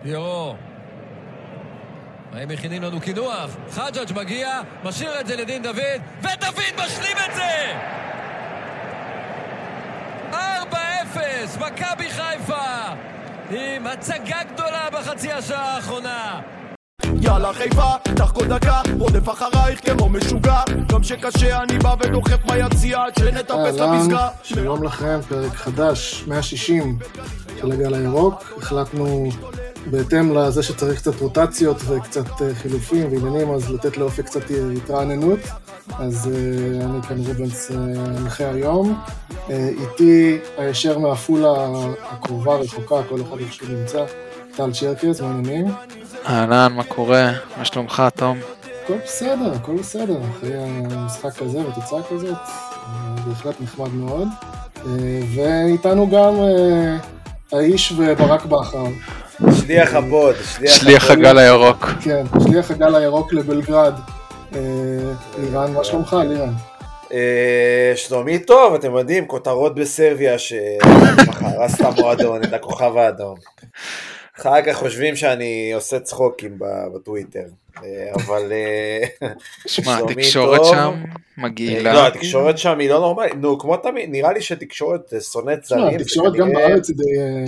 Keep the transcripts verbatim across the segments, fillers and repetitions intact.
יורו. הם מכינים לנו כינוח. חג'אג' מגיע, משאיר את זה לדין דוד, ודוד משלים את זה! ארבע אפס, מכבי חיפה! עם הצגה גדולה בחצי השעה האחרונה. יאללה חיפה, תחכו דקה, רודף אחרייך כמו משוגע, גם שקשה אני בא ודוחף ביציאה, שנטפס למסגר. שלום לכם, פרק חדש, מאה שישים של הגל הירוק. החלטנו בהתאם לזה שצריך קצת רוטציות וקצת חילופים ועניינים, אז לתת לאופי קצת התרעננות. אז uh, אני כאן רובנס מנחה uh, היום. Uh, איתי הישר מהפולה הקרובה רחוקה, כל אחד איך שהוא נמצא. טל צ'רקס, מה העניינים? אהלן, מה קורה? מה שלומך, תום? הכל בסדר, הכל בסדר. אחרי המשחק כזה ותוצאה כזאת, בהחלט נחמד מאוד. ואיתנו גם האיש וברק בכר. שליח הבוד. שליח הגל הירוק. כן, שליח הגל הירוק לבלגרד. לירן, מה שלומך, לירן? שלומי טוב, אתם יודעים, כותרות בסרביה שהרס את המועדון, את הכוכב האדום. אחר כך חושבים שאני עושה צחוקים בטוויטר, אבל שמע, התקשורת שם מגעילה. לא, התקשורת שם היא לא נורמלית, נו, כמו תמיד, נראה לי שתקשורת שונאת זרים. התקשורת גם בארץ היא די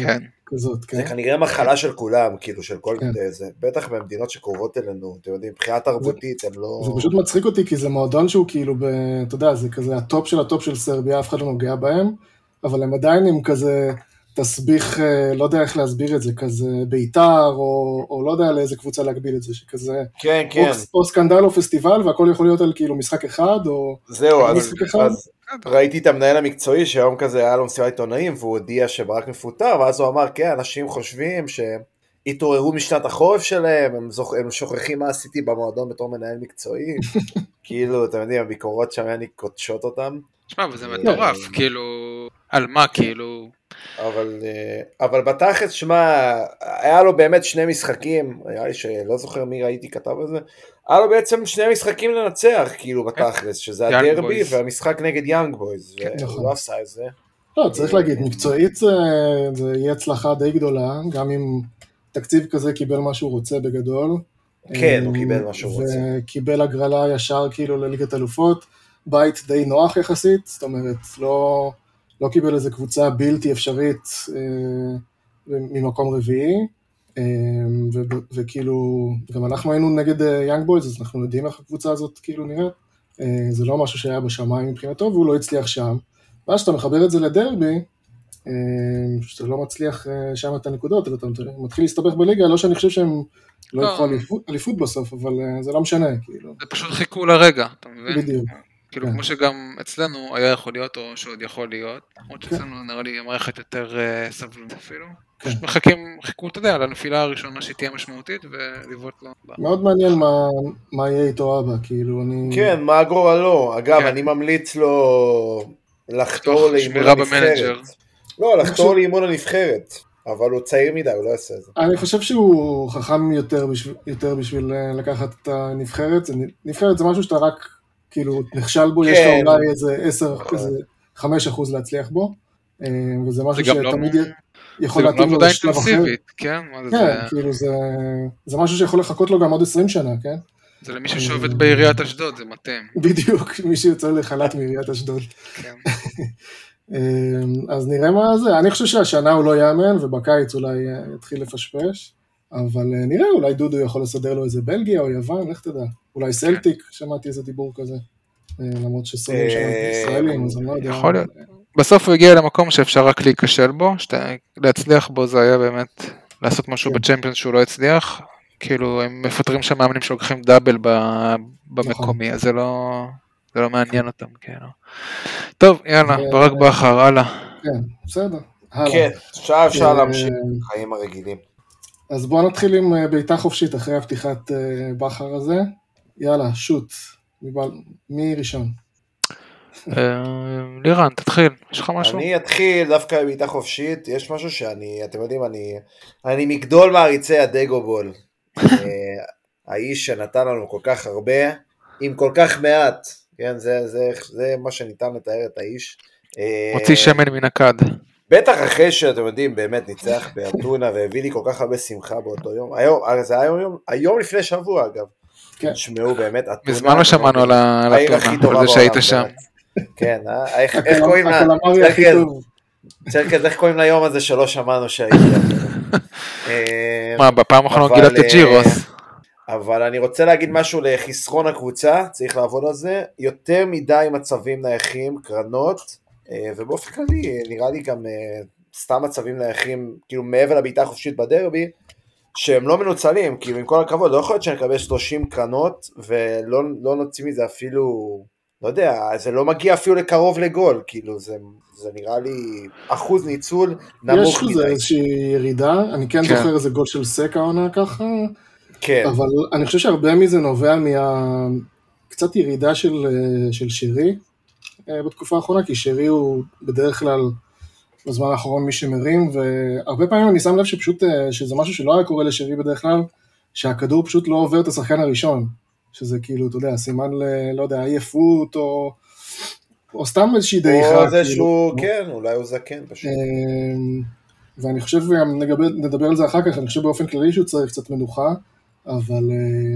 כזאת, כן. זה כנראה מחלה של כולם, כאילו, של כל זה, בטח במדינות שקרובות אלינו, אתם יודעים, מבחינה תרבותית, הם לא... זה פשוט מצחיק אותי, כי זה מועדון שהוא כאילו, אתה יודע, זה כזה הטופ של הטופ של סרביה, אף אחד לא נוגע בהם, אבל הם עדיין עם כזה... תסביך, לא יודע איך להסביר את זה, כזה ביתר, או, או לא יודע לאיזה קבוצה להגביל את זה, שכזה, כן, כן. או, או סקנדל או פסטיבל, והכל יכול להיות על כאילו משחק אחד, או זהו, אז, אז ראיתי את המנהל המקצועי, שהיום כזה היה לו מסיבת עיתונאים, והוא הודיע שברק מפוטר, ואז הוא אמר, כן, אנשים חושבים שהתעוררו משנת החורף שלהם, הם, זוכ... הם שוכחים מה עשיתי במועדון בתור מנהל מקצועי, כאילו, אתם יודעים, הביקורות שם אני קודשות אותם. תשמע, וזה מטורף, כאילו, על מה, כאילו... אבל, אבל בתכלס, שמה, היה לו באמת שני משחקים, היה לי שלא זוכר מי ראיתי כתב על זה, היה לו בעצם שני משחקים לנצח, כאילו בתכלס, שזה הדרבי והמשחק נגד יאנג בויז, והוא לא עשה את זה. לא, צריך להגיד, מקצועית זה יהיה הצלחה די גדולה, גם אם תקציב כזה קיבל מה שהוא רוצה בגדול. כן, הוא קיבל מה שהוא רוצה. וקיבל הגרלה ישר כאילו לליגת אלופות, בית די נוח יחסית, זאת אומרת, לא... לא קיבל איזו קבוצה בלתי אפשרית אה, ממקום רביעי, אה, ו- וכאילו, גם אנחנו היינו נגד יאנג בויז, אז אנחנו יודעים איך הקבוצה הזאת כאילו נראית, אה, זה לא משהו שהיה בשמיים מבחינתו, והוא לא הצליח שם, ואז שאתה מחבר את זה לדרבי, אה, שאתה לא מצליח אה, שם את הנקודות, אתה מתחיל להסתבך בליגה, לא שאני חושב שהם לא יקחו אליפות, אליפות בסוף, אבל אה, זה לא משנה, כאילו. זה פשוט חיכו לרגע, אתה מבין? בדיוק. כאילו, כמו שגם אצלנו היה יכול להיות, או שעוד יכול להיות, למרות שאצלנו נראה לי המערכת יותר סבלנות אפילו. פשוט מחכים, חיכו, אתה יודע, לנפילה הראשונה שתהיה משמעותית, ולבעוט לו. מאוד מעניין מה יהיה איתו אבא, כאילו, אני... כן, מה הגורלו. אגב, אני ממליץ לו לחתור לאימון הנבחרת. לא, לחתור לאימון הנבחרת. אבל הוא צעיר מדי, הוא לא יעשה את זה. אני חושב שהוא חכם יותר בשביל לקחת את הנבחרת. נבחרת זה משהו שאתה רק... כאילו, נכשל בו, יש לו אולי איזה עשר, איזה חמש אחוז להצליח בו, וזה משהו שתמיד יכול להתאים לו לשלב אחר. כן, כאילו, זה משהו שיכול לחכות לו גם עוד עשרים שנה, כן? זה למישהו שעובד בעיריית אשדוד, זה מתאים. בדיוק, מישהו יוצא לחל"ת מעיריית אשדוד. אז נראה מה זה, אני חושב שהשנה הוא לא יאמן, ובקיץ אולי יתחיל לפשפש, אבל נראה, אולי דודו יכול לסדר לו איזה בלגיה או יוון, איך תדע? אולי סלטיק, שמעתי איזה דיבור כזה, למרות ששונאים שם ישראלים, אז אני לא יודע. יכול להיות. בסוף הוא הגיע למקום שאפשר רק להיכשל בו, להצליח בו זה היה באמת לעשות משהו בצ'מפיונס שהוא לא הצליח, כאילו הם מפטרים שם מאמנים שלוקחים דאבל במקומי, אז זה לא מעניין אותם, כאילו. טוב, יאללה, ברק בכר, הלאה. כן, בסדר. כן, עכשיו אפשר להמשיך בחיים הרגילים. אז בואו נתחיל עם ביתה חופשית אחרי הפתיחת בכר הזה. יאללה, שוט. מי ראשון? לירן, תתחיל. יש לך משהו? אני אתחיל דווקא ביתה חופשית. יש משהו שאני, אתם יודעים, אני, אני מגדול מעריצי הדגו בול. האיש שנתן לנו כל כך הרבה, עם כל כך מעט. כן, זה, זה, זה מה שניתן לתאר את האיש. מוציא שמן מן הכד. בטח אחרי שאתם יודעים, באמת ניצח באתונה, והביא לי כל כך הרבה שמחה באותו יום. היום, זה היה היום, היום לפני שבוע אגב. כן. שמעו באמת, אתונה. מזמן לא שמענו על האתונה, על זה שהיית שם. כן, איך קוראים לה? צ'רקז, איך קוראים ליום הזה שלא שמענו שהיית? מה, בפעם האחרונה גילת את ג'ירוס? אבל אני רוצה להגיד משהו לחסרון הקבוצה, צריך לעבוד על זה, יותר מדי מצבים נייחים, קרנות, ובאופן כללי, נראה לי גם סתם מצבים נייחים, כאילו מעבר לביתה החופשית בדרבי, שהם לא מנוצלים, כאילו עם כל הכבוד, לא יכול להיות שנקבל שלושים קרנות, ולא לא נוציא מזה אפילו, לא יודע, זה לא מגיע אפילו לקרוב לגול, כאילו זה, זה נראה לי אחוז ניצול נמוך מדי. יש לזה איזושהי ירידה, אני כן, כן. זוכר איזה גול של סק העונה ככה, כן. אבל אני חושב שהרבה מזה נובע מה... קצת ירידה של, של שרי בתקופה האחרונה, כי שרי הוא בדרך כלל בזמן האחרון מי שמרים, והרבה פעמים אני שם לב שפשוט, שזה משהו שלא היה קורה לשרי בדרך כלל, שהכדור פשוט לא עובר את השחקן הראשון, שזה כאילו, אתה יודע, סימן ל... לא יודע, עייפות, או, או סתם איזושהי דעיכה. או זה שהוא, כן, אולי הוא זקן פשוט. ואני חושב, נדבר, נדבר על זה אחר כך, אני חושב באופן כללי שהוא צריך קצת מנוחה, אבל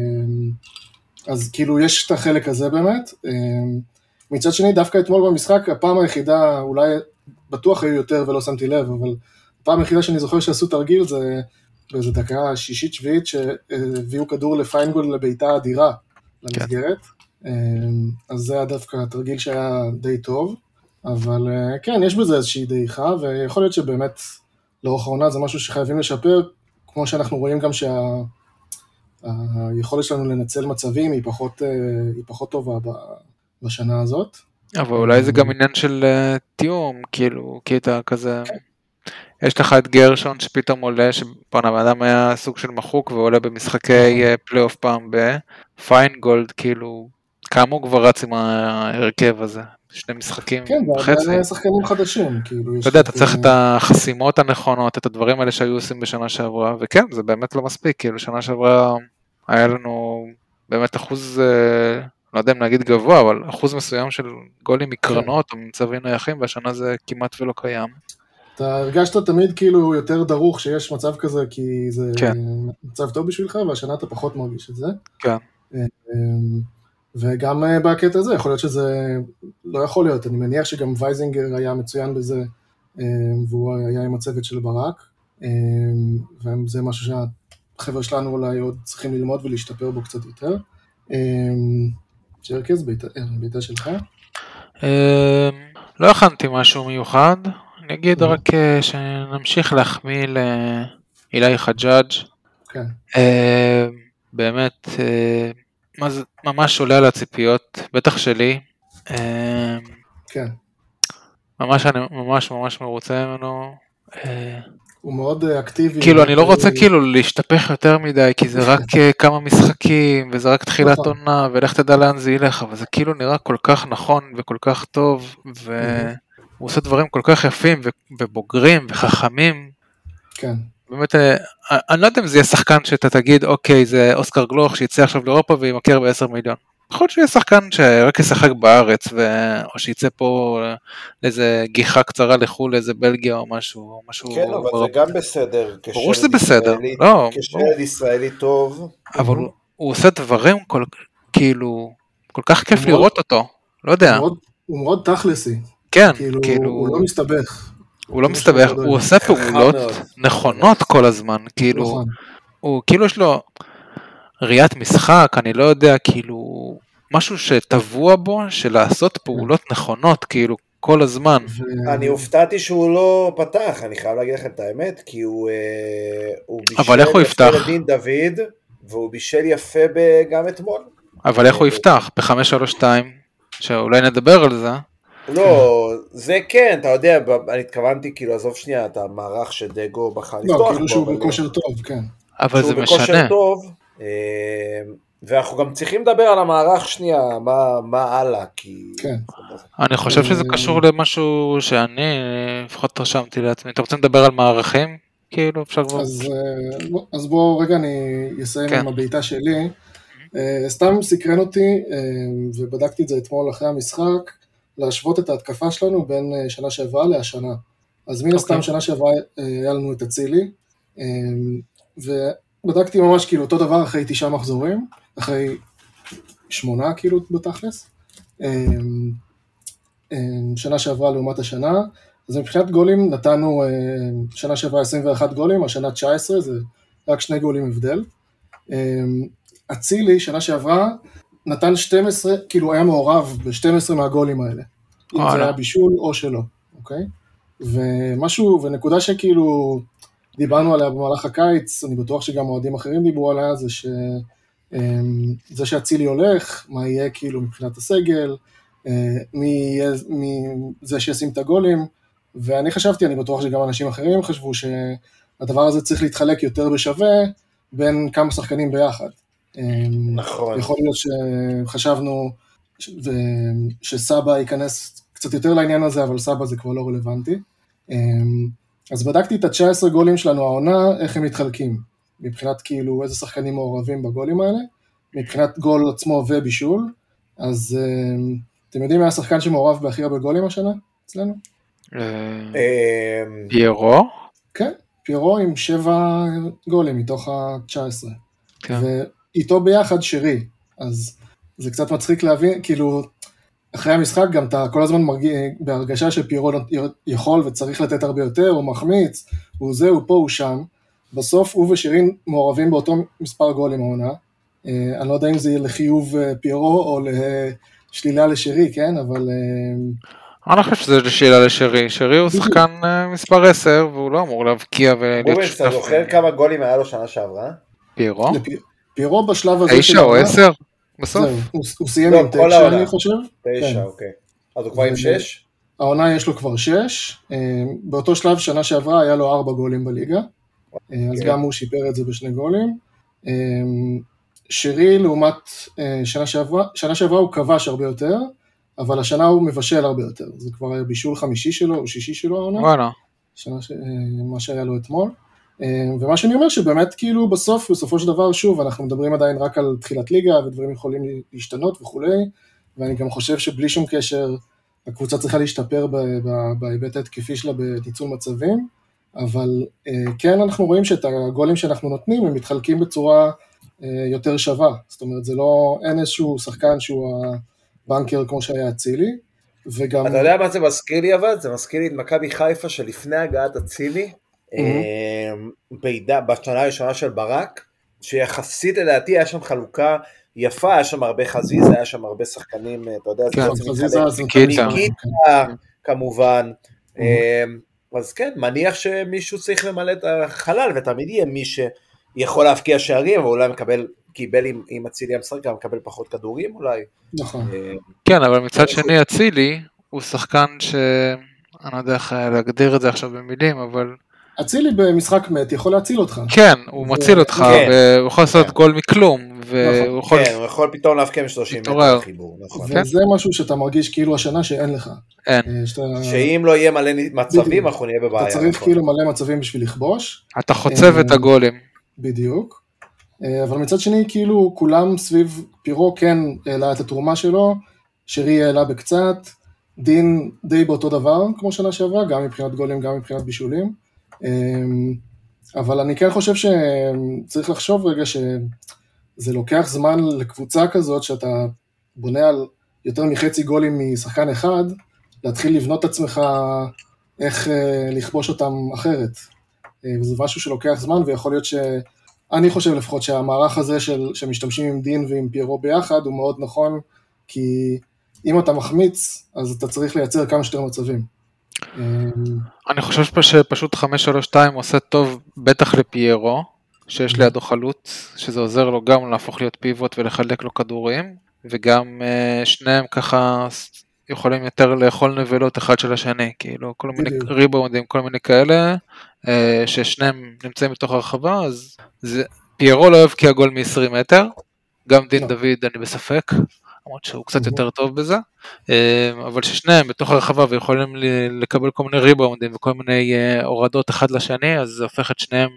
אז כאילו יש את החלק הזה באמת. מצד שני, דווקא אתמול במשחק, הפעם היחידה, אולי בטוח היו יותר ולא שמתי לב, אבל הפעם היחידה שאני זוכר שעשו תרגיל, זה באיזו דקה שישית שביעית, שהביאו כדור לפיינגול לביתה אדירה למסגרת, אז זה היה דווקא תרגיל שהיה די טוב, אבל כן, יש בזה איזושהי דעיכה, ויכול להיות שבאמת לאורך העונה זה משהו שחייבים לשפר, כמו שאנחנו רואים גם שה... היכולת שלנו לנצל מצבים היא פחות, היא פחות טובה בשנה הזאת. אבל אולי זה גם עניין של תיאום, כאילו, כי אתה כזה, יש לך את גרשון שפתאום עולה, שפעם האדם היה סוג של מחוק, ועולה במשחקי פלייאוף פעם בפיינגולד, כאילו, כמה הוא כבר רץ עם ההרכב הזה? שני משחקים וחצי. כן, שחקנים חדשים, כאילו. אתה יודע, אתה צריך את החסימות הנכונות, את הדברים האלה שהיו עושים בשנה שעברה, וכן, זה באמת לא מספיק, כאילו, שנה שעברה היה לנו באמת אחוז, לא יודע אם להגיד גבוה, אבל אחוז מסוים של גולים מקרנות, או מצבים נייחים, והשנה זה כמעט ולא קיים. אתה הרגשת תמיד כאילו יותר דרוך שיש מצב כזה, כי זה מצב טוב בשבילך, והשנה אתה פחות מרגיש את זה. כן. וגם בקטע הזה, יכול להיות שזה לא יכול להיות, אני מניח שגם וייזינגר היה מצוין בזה, והוא היה עם הצוות של ברק, וזה משהו שהחבר'ה שלנו אולי עוד צריכים ללמוד ולהשתפר בו קצת יותר. צ'רקז, ביתה שלך? לא הכנתי משהו מיוחד, אני אגיד רק שנמשיך להחמיא לאילי חג'אג'. כן. באמת, ממש עולה על הציפיות, בטח שלי. כן. ממש, אני ממש ממש מרוצה ממנו. הוא מאוד אקטיבי. כאילו, אני לא רוצה כאילו להשתפך יותר מדי, כי זה רק כמה משחקים, וזה רק תחילת עונה, ולך תדע לאן זה ילך, אבל זה כאילו נראה כל כך נכון וכל כך טוב, והוא עושה דברים כל כך יפים ובוגרים וחכמים. כן. באמת, אני לא יודע אם זה יהיה שחקן שאתה תגיד, אוקיי, זה אוסקר גלוך שיצא עכשיו לאירופה וימכר ב-עשרה מיליון. יכול להיות שיהיה שחקן שרק ישחק בארץ, או שיצא פה לאיזה גיחה קצרה לחול, לאיזה בלגיה או משהו. כן, אבל זה גם בסדר. ברור שזה בסדר. כשילד ישראלי טוב. אבל הוא עושה דברים כאילו, כל כך כיף לראות אותו. לא יודע. הוא מאוד תכלסי. כן. כאילו, הוא לא מסתבך. הוא לא מסתבך, הוא עושה פעולות נכונות כל הזמן, כאילו, הוא כאילו יש לו ראיית משחק, אני לא יודע, כאילו, משהו שטבוע בו, של לעשות פעולות נכונות, כאילו, כל הזמן. אני הופתעתי שהוא לא פתח, אני חייב להגיד לכם את האמת, כי הוא אבל איך הוא יפתח? לדין דוד, והוא בישל יפה גם אתמול. אבל איך הוא יפתח? ב-חמש שלוש שתיים, שאולי נדבר על זה, לא, זה כן, אתה יודע, אני התכוונתי כאילו, עזוב שנייה, את המערך שדגו בחר לפתוח. לא, כאילו שהוא בכושר טוב, כן. אבל זה משנה. שהוא בכושר טוב, ואנחנו גם צריכים לדבר על המערך שנייה, מה הלאה, כי... כן. אני חושב שזה קשור למשהו שאני לפחות רשמתי לעצמי. אתה רוצה לדבר על מערכים? כאילו, אפשר כבר... אז בואו, רגע, אני אסיים עם הביתה שלי. סתם סקרן אותי, ובדקתי את זה אתמול אחרי המשחק, להשוות את ההתקפה שלנו בין שנה שעברה להשנה. אז מן הסתם שנה שעברה היה לנו את אצילי, ובדקתי ממש כאילו אותו דבר אחרי תשעה מחזורים, אחרי שמונה כאילו בתכלס, שנה שעברה לעומת השנה, אז מבחינת גולים נתנו שנה שעברה עשרים ואחד גולים, השנה תשע עשרה, זה רק שני גולים הבדל. אצילי שנה שעברה נתן שתים עשרה, כאילו היה מעורב ב-שתים עשרה מהגולים האלה, אם זה היה בישול או שלא, אוקיי? ומשהו, ונקודה שכאילו דיברנו עליה במהלך הקיץ, אני בטוח שגם אוהדים אחרים דיברו עליה, זה ש... זה שאצילי הולך, מה יהיה כאילו מבחינת הסגל, מי יהיה, מי זה שישים את הגולים, ואני חשבתי, אני בטוח שגם אנשים אחרים חשבו שהדבר הזה צריך להתחלק יותר בשווה, בין כמה שחקנים ביחד. נכון. יכול להיות שחשבנו שסבא ייכנס קצת יותר לעניין הזה, אבל סבא זה כבר לא רלוונטי. אז בדקתי את ה-תשע עשרה גולים שלנו העונה, איך הם מתחלקים, מבחינת כאילו איזה שחקנים מעורבים בגולים האלה, מבחינת גול עצמו ובישול, אז אתם יודעים מה השחקן שמעורב בהכי הרבה גולים השנה אצלנו? פיירו? כן, פיירו עם שבע גולים מתוך ה-תשע עשרה, ואיתו ביחד שרי, אז זה קצת מצחיק להבין, כאילו אחרי המשחק גם אתה כל הזמן מרגיש בהרגשה שפיירו יכול וצריך לתת הרבה יותר, הוא מחמיץ, הוא זה, הוא פה, הוא שם, בסוף הוא ושירין מעורבים באותו מספר גולים העונה, אני לא יודע אם זה יהיה לחיוב פיירו או לשלילה לשרי, כן, אבל... אני חושב שזה לשאלה לשרי, שרי הוא שחקן מספר עשר, והוא לא אמור להבקיע ולהיות שותף. אתה זוכר כמה גולים היה לו שנה שעברה? פיירו? פיירו בשלב הזה... תשע או עשר? בסוף? הוא סיים עם תשע, אני חושב. תשע, אוקיי. אז הוא כבר עם שש? העונה יש לו כבר שש, באותו שלב שנה שעברה היה לו ארבע גולים בליגה, אז גם הוא שיפר את זה בשני גולים. שרי לעומת שנה שעברה, שנה שעברה הוא כבש הרבה יותר, אבל השנה הוא מבשל הרבה יותר, זה כבר היה בישול חמישי שלו, או שישי שלו העונה, וואלה. שנה ש... מה שהיה לו אתמול, ומה שאני אומר שבאמת כאילו בסוף, בסופו של דבר שוב, אנחנו מדברים עדיין רק על תחילת ליגה, ודברים יכולים להשתנות וכולי, ואני גם חושב שבלי שום קשר, הקבוצה צריכה להשתפר בהיבט ההתקפי שלה בניצול מצבים, אבל כן אנחנו רואים שאת הגולים שאנחנו נותנים, הם מתחלקים בצורה יותר שווה, זאת אומרת זה לא, אין איזשהו שחקן שהוא הבנקר כמו שהיה אצילי, וגם... אתה יודע מה זה מזכיר לי אבל? זה מזכיר לי את מכבי חיפה שלפני הגעת אצילי, בשנה הראשונה של ברק, שיחסית לדעתי היה שם חלוקה יפה, היה שם הרבה חזיזה, היה שם הרבה שחקנים, אתה יודע, זה ניקיטה כמובן, אז כן, מניח שמישהו צריך למלא את החלל, ותמיד יהיה מי שיכול להפקיע שערים, אבל אולי מקבל, קיבל עם אצילי המשחק, גם מקבל פחות כדורים אולי. נכון. כן, אבל מצד שני אצילי, הוא שחקן ש... אני לא יודע איך להגדיר את זה עכשיו במילים, אבל... אצילי במשחק מת יכול להציל אותך. כן, הוא מציל אותך, והוא יכול לעשות גול מכלום, והוא יכול... כן, הוא יכול פתאום להפקיע מ-שלושים מטר חיבור, נכון. וזה משהו שאתה מרגיש כאילו השנה שאין לך. אין. שאם לא יהיה מלא מצבים, אנחנו נהיה בבעיה. אתה צריך כאילו מלא מצבים בשביל לכבוש. אתה חוצב את הגולים. בדיוק. אבל מצד שני, כאילו כולם סביב פירו כן העלה את התרומה שלו, שרי העלה בקצת, דין די באותו דבר, כמו שנה שעברה, גם מבחינת גולים, גם מבחינת בישולים. אבל אני כן חושב שצריך לחשוב רגע שזה לוקח זמן לקבוצה כזאת, שאתה בונה על יותר מחצי גולים משחקן אחד, להתחיל לבנות את עצמך איך לכבוש אותם אחרת. וזה משהו שלוקח זמן, ויכול להיות ש... אני חושב לפחות שהמערך הזה של, שמשתמשים עם דין ועם פיירו ביחד הוא מאוד נכון, כי אם אתה מחמיץ, אז אתה צריך לייצר כמה שיותר מצבים. אני חושב שפשוט חמש שלוש שתיים עושה טוב בטח לפיירו, שיש לידו חלוץ, שזה עוזר לו גם להפוך להיות פיבוט ולחלק לו כדורים, וגם שניהם ככה יכולים יותר לאכול נבלות אחד של השני, כאילו כל מיני ריבאונדים, כל מיני כאלה, ששניהם נמצאים בתוך הרחבה, אז זה, פיירו לא אוהב כי הגול מ-עשרים מטר, גם דין דוד אני בספק, למרות שהוא קצת יותר טוב בזה, אבל ששניהם בתוך הרחבה ויכולים לקבל כל מיני ריבאונדים וכל מיני הורדות אחד לשני, אז זה הופך את שניהם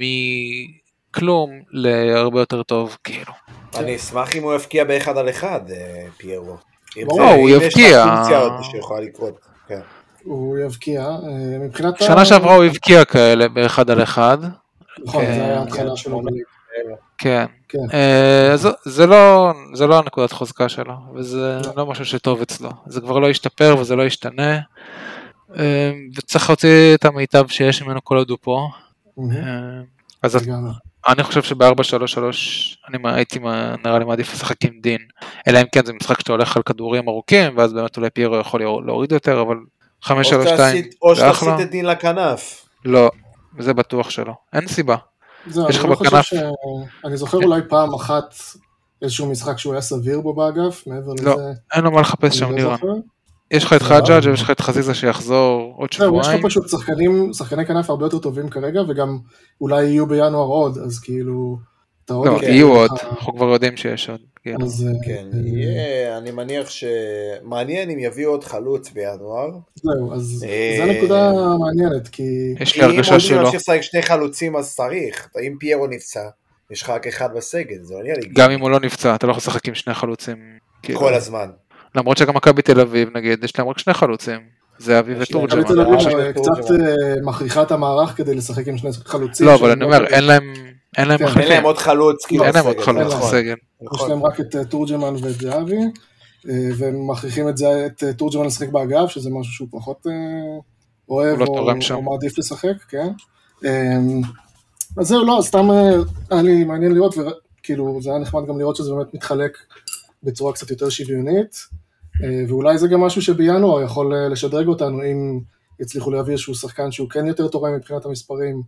מכלום להרבה יותר טוב, כאילו. אני אשמח אם הוא יפקיע באחד על אחד, פיירו. לא, הוא יבקיע. אם יש לה פונקציה שיכולה לקרות, כן. הוא יבקיע, מבחינת... שנה שעברה הוא הבקיע כאלה באחד על אחד. נכון, זה היה ההתחלה שלו. כן, זה לא הנקודת חוזקה שלו, וזה לא משהו שטוב אצלו, זה כבר לא ישתפר וזה לא ישתנה, וצריך להוציא את המיטב שיש ממנו כל עוד הוא פה. אז אני חושב שב-ארבע שלוש שלוש אני הייתי נראה לי מעדיף לשחק עם דין, אלא אם כן זה משחק שאתה הולך על כדורים ארוכים, ואז באמת אולי פיירו יכול להוריד יותר, אבל חמש שלוש שתיים או שתעשית את דין לכנף. לא, זה בטוח שלא, אין סיבה. יש לך בכנף. אני זוכר אולי פעם אחת איזשהו משחק שהוא היה סביר בו באגף, מעבר לזה. לא, אין לו מה לחפש שם לירן. יש לך את חג'אג' ויש לך את חזיזה שיחזור עוד שבועיים. יש לך פשוט שחקנים, שחקני כנף הרבה יותר טובים כרגע, וגם אולי יהיו בינואר עוד, אז כאילו... לא, יהיו עוד, אנחנו כבר יודעים שיש עוד. כן, יהיה, אני מניח שמעניין אם יביאו עוד חלוץ בינואר. זהו, אז זו נקודה מעניינת, כי... יש לי הרגשה שלא. אם רוצים לשחק שני חלוצים, אז צריך. אם פיירו נפצע, יש לך רק אחד בסגל, זה עניין לי. גם אם הוא לא נפצע, אתה לא יכול לשחק עם שני חלוצים. כל הזמן. למרות שגם מכבי תל אביב, נגיד, יש להם רק שני חלוצים. זה אביב ותורג'מן. מכבי תל אביב קצת מכריחה את המערך כדי לשחק עם שני חלוצים. לא, אבל אני אומר, אין להם... אין להם מחליפים. אין להם עוד חלוץ. אין להם עוד חלוץ בסגל. יש להם רק את תורג'מן ואת זהבי, והם מכריחים את זה, את תורג'מן לשחק באגף, שזה משהו שהוא פחות אוהב או מעדיף לשחק, כן. אז זהו, לא, סתם היה לי מעניין לראות, וכאילו זה היה נחמד גם לראות שזה באמת מתחלק בצורה קצת יותר שוויונית, ואולי זה גם משהו שבינואר יכול לשדרג אותנו, אם יצליחו להביא איזשהו שחקן שהוא כן יותר תורם מבחינת המספרים,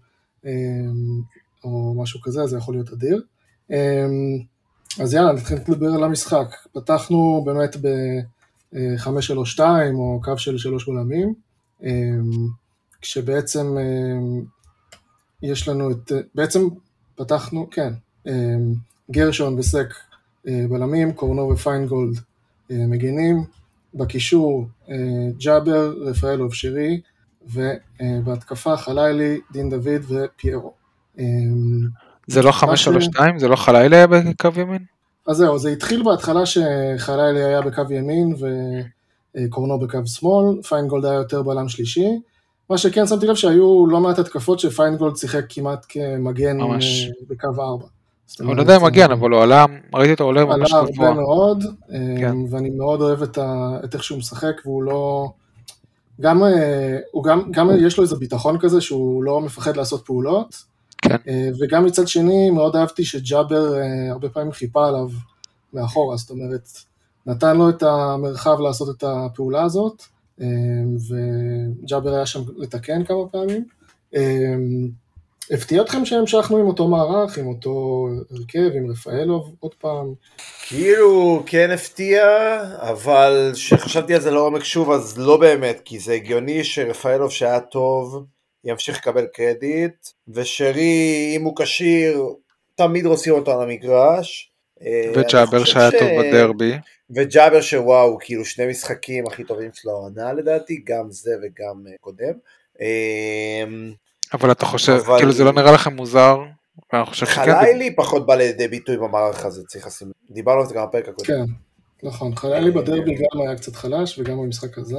או משהו כזה, זה יכול להיות אדיר. אז יאללה, נתחיל לדבר על המשחק. פתחנו באמת ב-חמש שלוש שתיים, או קו של שלוש בלמים, כשבעצם יש לנו את, בעצם פתחנו, כן, גרשון וסק בלמים, קורנו ופיינגולד מגינים, בקישור ג'אבר, רפאלוב, שרי, ובהתקפה חלילי, דין דוד ופיירו. זה לא חמש שלוש שתיים? זה לא חלילי היה בקו ימין? אז זהו, זה התחיל בהתחלה שחלילי היה בקו ימין וקורנו בקו שמאל, פיינגולד היה יותר בלם שלישי, מה שכן שמתי לב שהיו לא מעט התקפות שפיינגולד שיחק כמעט כמגן בקו ארבע. הוא לא יודע מגן, אבל הוא עלה, ראיתי אותו עולה ממש גבוה. עלה הרבה מאוד, ואני מאוד אוהב את איך שהוא משחק, והוא לא... גם, הוא גם, גם יש לו איזה ביטחון כזה שהוא לא מפחד לעשות פעולות, כן. וגם מצד שני מאוד אהבתי שג'אבר הרבה פעמים חיפה עליו מאחורה, זאת אומרת, נתן לו את המרחב לעשות את הפעולה הזאת, וג'אבר היה שם לתקן כמה פעמים. הפתיע אתכם שהמשכנו עם אותו מערך, עם אותו הרכב, עם רפאלוב עוד פעם? כאילו כן הפתיע, אבל שחשבתי על זה לעומק שוב, אז לא באמת, כי זה הגיוני שרפאלוב שהיה טוב, ימשיך לקבל קרדיט, ושרי, אם הוא קשיר, תמיד רוצים אותו על המגרש. וג'אבר שהיה ש... טוב בדרבי. וג'אבר שוואו, כאילו שני משחקים הכי טובים שלו עונה לדעתי, גם זה וגם קודם. אבל אתה חושב, אבל... כאילו זה לא נראה לכם מוזר? חלילי פחות בא לידי ביטוי במערך הזה, צריך לשים, דיברנו על זה גם בפרק הקודם. כן, נכון, חלילי בדרבי גם היה קצת חלש, וגם במשחק הזה.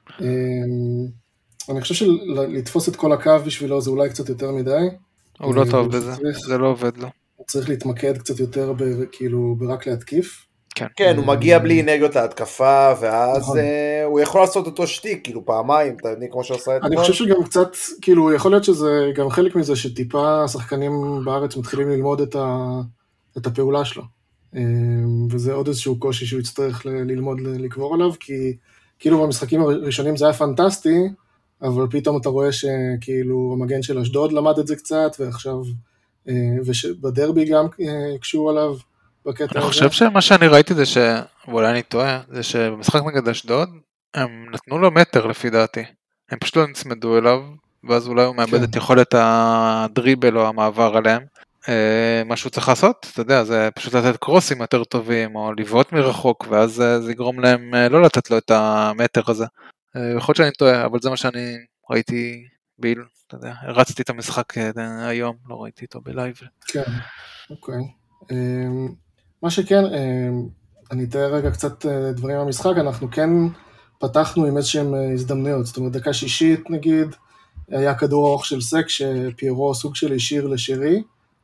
אני חושב שלתפוס את כל הקו בשבילו זה אולי קצת יותר מדי. הוא לא טוב בזה, זה לא עובד לו. הוא צריך להתמקד קצת יותר כאילו ברק להתקיף. כן, הוא מגיע בלי אנרגיות להתקפה, ואז הוא יכול לעשות אותו שטיק, כאילו פעמיים, אתה יודע, כמו שעושה את זה. אני חושב שגם קצת, כאילו, יכול להיות שזה גם חלק מזה שטיפה השחקנים בארץ מתחילים ללמוד את הפעולה שלו. וזה עוד איזשהו קושי שהוא יצטרך ללמוד לקבור עליו, כי כאילו במשחקים הראשונים זה היה פנטסטי, אבל פתאום אתה רואה שכאילו המגן של אשדוד למד את זה קצת, ועכשיו, ובדרבי גם הקשו עליו בקטע הזה. אני חושב שמה שאני ראיתי זה ש... ואולי אני טועה, זה שבמשחק נגד אשדוד, הם נתנו לו מטר לפי דעתי. הם פשוט לא נצמדו אליו, ואז אולי הוא מאבד את יכולת הדריבל או המעבר עליהם. מה שהוא צריך לעשות, אתה יודע, זה פשוט לתת קרוסים יותר טובים, או לבעוט מרחוק, ואז זה יגרום להם לא לתת לו את המטר הזה. יכול להיות שאני טועה, אבל זה מה שאני ראיתי ביל, אתה יודע, הרצתי את המשחק היום, לא ראיתי אותו בלייב. כן, אוקיי. מה שכן, אני אתאר רגע קצת דברים במשחק, אנחנו כן פתחנו עם איזשהם הזדמנויות, זאת אומרת, דקה שישית נגיד, היה כדור ארוך של סק שפיירו סוג של השאיר לשירי,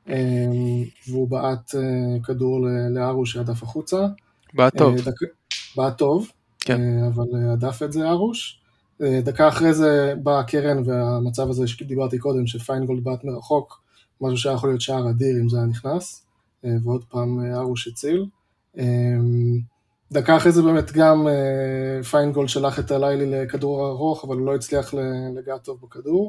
והוא בעט כדור לארוש שהדף החוצה. בעט טוב. בעט טוב, כן. אבל הדף את זה ארוש. דקה אחרי זה באה קרן והמצב הזה שדיברתי קודם, שפיינגולד בעט מרחוק, משהו שהיה יכול להיות שער אדיר אם זה היה נכנס, ועוד פעם ארוש הציל. דקה אחרי זה באמת גם פיינגולד שלח את הלילי לכדור ארוך, אבל הוא לא הצליח לגעת טוב בכדור.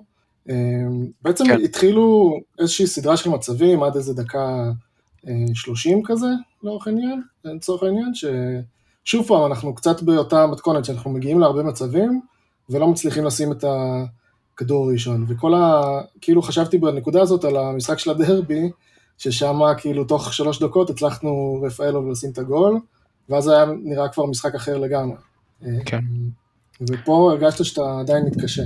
בעצם כן. התחילו איזושהי סדרה של מצבים, עד איזה דקה שלושים כזה, לאורך העניין, לצורך העניין, ששוב פעם אנחנו קצת באותה מתכונת, שאנחנו מגיעים להרבה מצבים, ולא מצליחים לשים את הכדור הראשון. וכל ה... כאילו חשבתי בנקודה הזאת על המשחק של הדרבי, ששם כאילו תוך שלוש דקות הצלחנו רפאלוב לשים את הגול, ואז היה נראה כבר משחק אחר לגמרי. כן. ופה הרגשת שאתה עדיין מתקשה.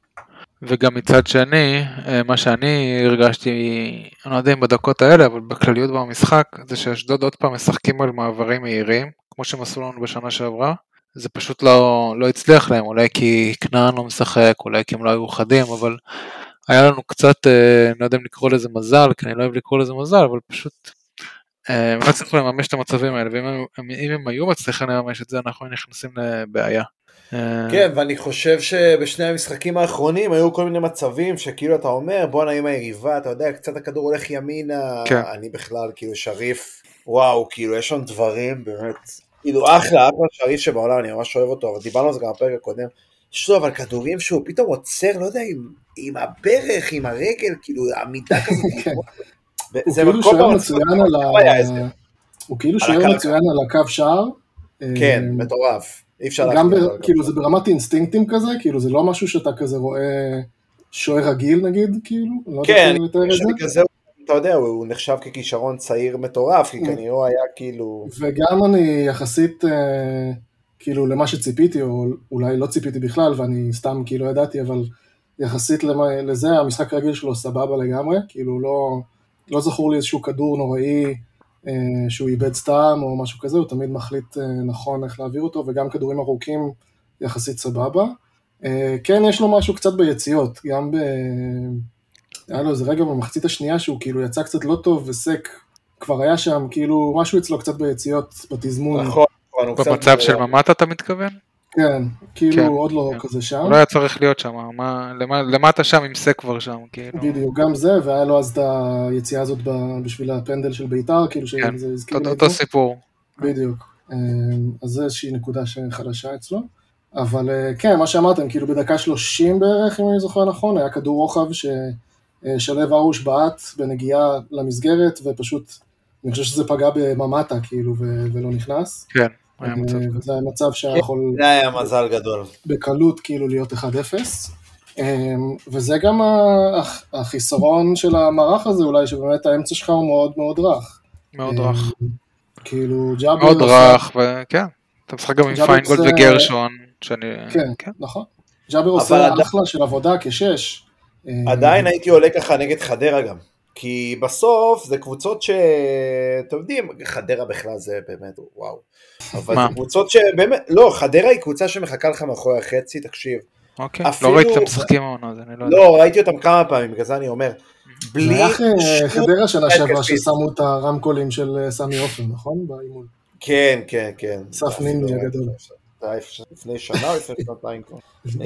וגם מצד שני, מה שאני הרגשתי, אני לא יודע אם בדקות האלה, אבל בכלליות במשחק, זה שאשדוד עוד פעם משחקים על מעברים מהירים, כמו שהם עשו לנו בשנה שעברה, זה פשוט לא, לא הצליח להם, אולי כי כנען לא משחק, אולי כי הם לא היו חדים, אבל היה לנו קצת, אני לא יודע אם לקרוא לזה מזל, כי אני לא אוהב לקרוא לזה מזל, אבל פשוט הם לא צריכים לממש את המצבים האלה, ואם הם, אם הם היו מצליחים לממש את זה, אנחנו נכנסים לבעיה. כן, ואני חושב שבשני המשחקים האחרונים היו כל מיני מצבים שכאילו אתה אומר, בוא נעים היריבה, אתה יודע, קצת הכדור הולך ימינה, כן. אני בכלל כאילו שריף, וואו, כאילו יש שם דברים באמת, כאילו אחלה, אחלה שריף שבעולם, אני ממש אוהב אותו, אבל דיברנו על זה גם בפרק הקודם, יש לו אבל כדורים שהוא פתאום עוצר, לא יודע, עם, עם הברך, עם הרגל, כאילו עמידה כזאת, הוא כאילו שוער מצוין על ה... הוא כאילו שוער מצוין על הקו שער. כן, מטורף. אי אפשר גם כאילו זה ברמת אינסטינקטים כזה, כאילו זה לא משהו שאתה כזה רואה שוער רגיל נגיד, כאילו. כן, כזה, אתה יודע, הוא נחשב ככישרון צעיר מטורף, כי כנראה הוא היה כאילו... וגם אני יחסית, כאילו למה שציפיתי, או אולי לא ציפיתי בכלל, ואני סתם כאילו ידעתי, אבל יחסית לזה, המשחק הרגיל שלו סבבה לגמרי, כאילו לא... לא זכור לי איזשהו כדור נוראי אה, שהוא איבד סתם או משהו כזה, הוא תמיד מחליט אה, נכון איך להעביר אותו, וגם כדורים ארוכים יחסית סבבה. אה, כן, יש לו משהו קצת ביציאות, גם ב... היה לו איזה רגע במחצית השנייה שהוא כאילו יצא קצת לא טוב, וסק כבר היה שם, כאילו משהו אצלו קצת ביציאות, בתזמון. נכון. במצב של ממט אתה מתכוון? כן, כאילו עוד לא כזה שם. לא היה צריך להיות שם, למטה שם עם סק כבר שם. בדיוק, גם זה, והיה לו אז את היציאה הזאת בשביל הפנדל של ביתר, כאילו שזה הזכיר לי. אותו סיפור. בדיוק, אז זה איזושהי נקודה שחדשה אצלו. אבל כן, מה שאמרתם, כאילו בדקה שלושים בערך, אם אני זוכר נכון, היה כדור רוחב ששלב ארוש בעט בנגיעה למסגרת, ופשוט, אני חושב שזה פגע בממטה, כאילו, ולא נכנס. כן. זה היה מצב שיכול... זה היה מזל גדול. בקלות כאילו להיות אחד אפס, וזה גם החיסרון של המערך הזה אולי, שבאמת האמצע שלך הוא מאוד מאוד רך. מאוד רך. כאילו ג'אבר... מאוד רך, וכן. אתה משחק גם עם פיינגולד וגרשון. כן, נכון. ג'אבר עושה אחלה של עבודה כשש. עדיין הייתי עולה ככה נגד חדרה גם. כי בסוף זה קבוצות שאתם יודעים, חדרה בכלל זה באמת וואו, אבל זה קבוצות שבאמת, לא, חדרה היא קבוצה שמחכה לך מאחורי החצי, תקשיב. אוקיי, לא ראיתי אותם משחקים העונה, אני לא יודע. לא, ראיתי אותם כמה פעמים, בגלל זה אני אומר, בלי... חדרה שנה שעברה ששמו את הרמקולים של סמי אופן, נכון? באימון. כן, כן, כן. סף ניני הגדול. לפני שנה, לפני שנתיים כבר.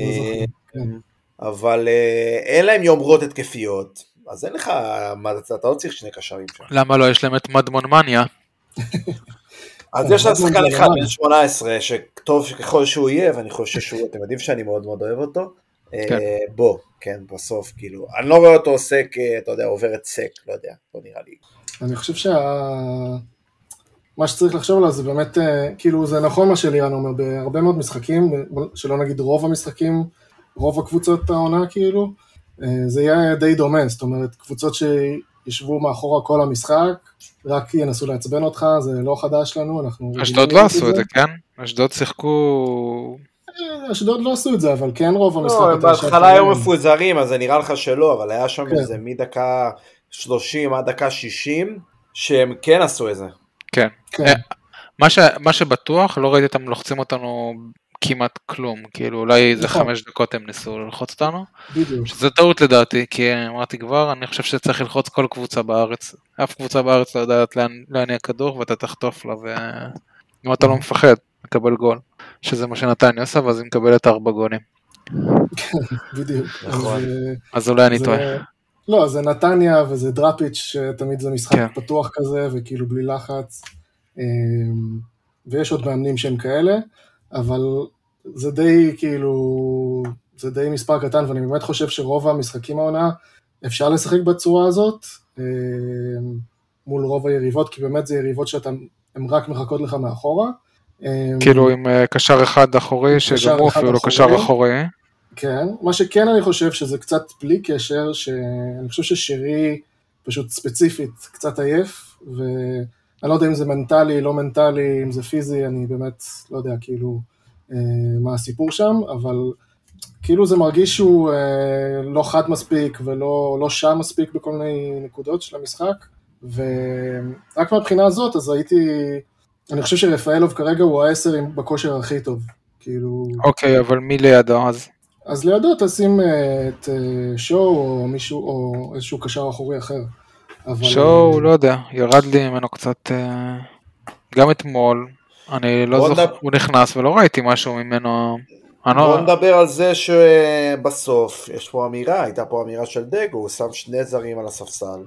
אבל אין להם יומרות התקפיות. אז אין לך, אתה לא צריך שני קשרים שם. למה לא? יש להם את מדמון מניה. אז יש להם שחקן אחד בן שמונה עשרה, שטוב ככל שהוא יהיה, ואני חושב שהוא, אתם יודעים שאני מאוד מאוד אוהב אותו, בוא, כן, בסוף, כאילו, אני לא רואה אותו עוסק, אתה יודע, עובר את סק, לא יודע, לא נראה לי. אני חושב שה... מה שצריך לחשוב עליו זה באמת, כאילו, זה נכון מה שלירן אומר, בהרבה מאוד משחקים, שלא נגיד רוב המשחקים, רוב הקבוצות העונה, כאילו, זה יהיה די דומה, זאת אומרת, קבוצות שישבו מאחורה כל המשחק, רק ינסו לעצבן אותך, זה לא חדש לנו, אנחנו... אשדוד לא עשו את זה, כן? אשדוד שיחקו... אשדוד לא עשו את זה, אבל כן רוב המשחק... לא, בהתחלה היו מפוזרים, אז זה נראה לך שלא, אבל היה שם איזה מדקה שלושים עד דקה שישים, שהם כן עשו את זה. כן. מה שבטוח, לא ראיתי אותם לוחצים אותנו כמעט כלום, כאילו אולי איזה חמש דקות הם ניסו ללחוץ אותנו, בדיוק. שזה טעות לדעתי, כי אמרתי כבר, אני חושב שצריך ללחוץ כל קבוצה בארץ, אף קבוצה בארץ לא יודעת להניע כדור, ואתה תחטוף לה, ואם אתה לא מפחד, מקבל גול, שזה מה שנתניה עושה, ואז היא מקבלת ארבע גולים. בדיוק. אז אולי אני טועה. לא, זה נתניה וזה דראפיץ' שתמיד זה משחק פתוח כזה, וכאילו בלי לחץ, ויש עוד מאמנים שהם כאלה, אבל זה די כאילו, זה די מספר קטן, ואני באמת חושב שרוב המשחקים העונה אפשר לשחק בצורה הזאת, מול רוב היריבות, כי באמת זה יריבות שאתם רק מחכות לך מאחורה. כאילו עם קשר אחד אחורי, שגם הוא אפילו לא קשר אחורי. כן, מה שכן אני חושב שזה קצת בלי קשר, שאני חושב ששירי פשוט ספציפית קצת עייף, ואני לא יודע אם זה מנטלי, לא מנטלי, אם זה פיזי, אני באמת לא יודע כאילו מה הסיפור שם, אבל כאילו זה מרגיש שהוא לא חד מספיק ולא לא שם מספיק בכל מיני נקודות של המשחק, ורק מהבחינה הזאת אז הייתי, אני חושב שרפאלוב כרגע הוא העשר בכושר הכי טוב, כאילו... אוקיי, אבל מי לידו אז? אז לידו תשים את שואו או מישהו, או איזשהו קשר אחורי אחר. שואו, לא יודע, ירד לי ממנו קצת, גם אתמול, אני לא זוכר, הוא נכנס ולא ראיתי משהו ממנו. בוא נדבר על זה שבסוף יש פה אמירה, הייתה פה אמירה של דגו, הוא שם שני זרים על הספסל.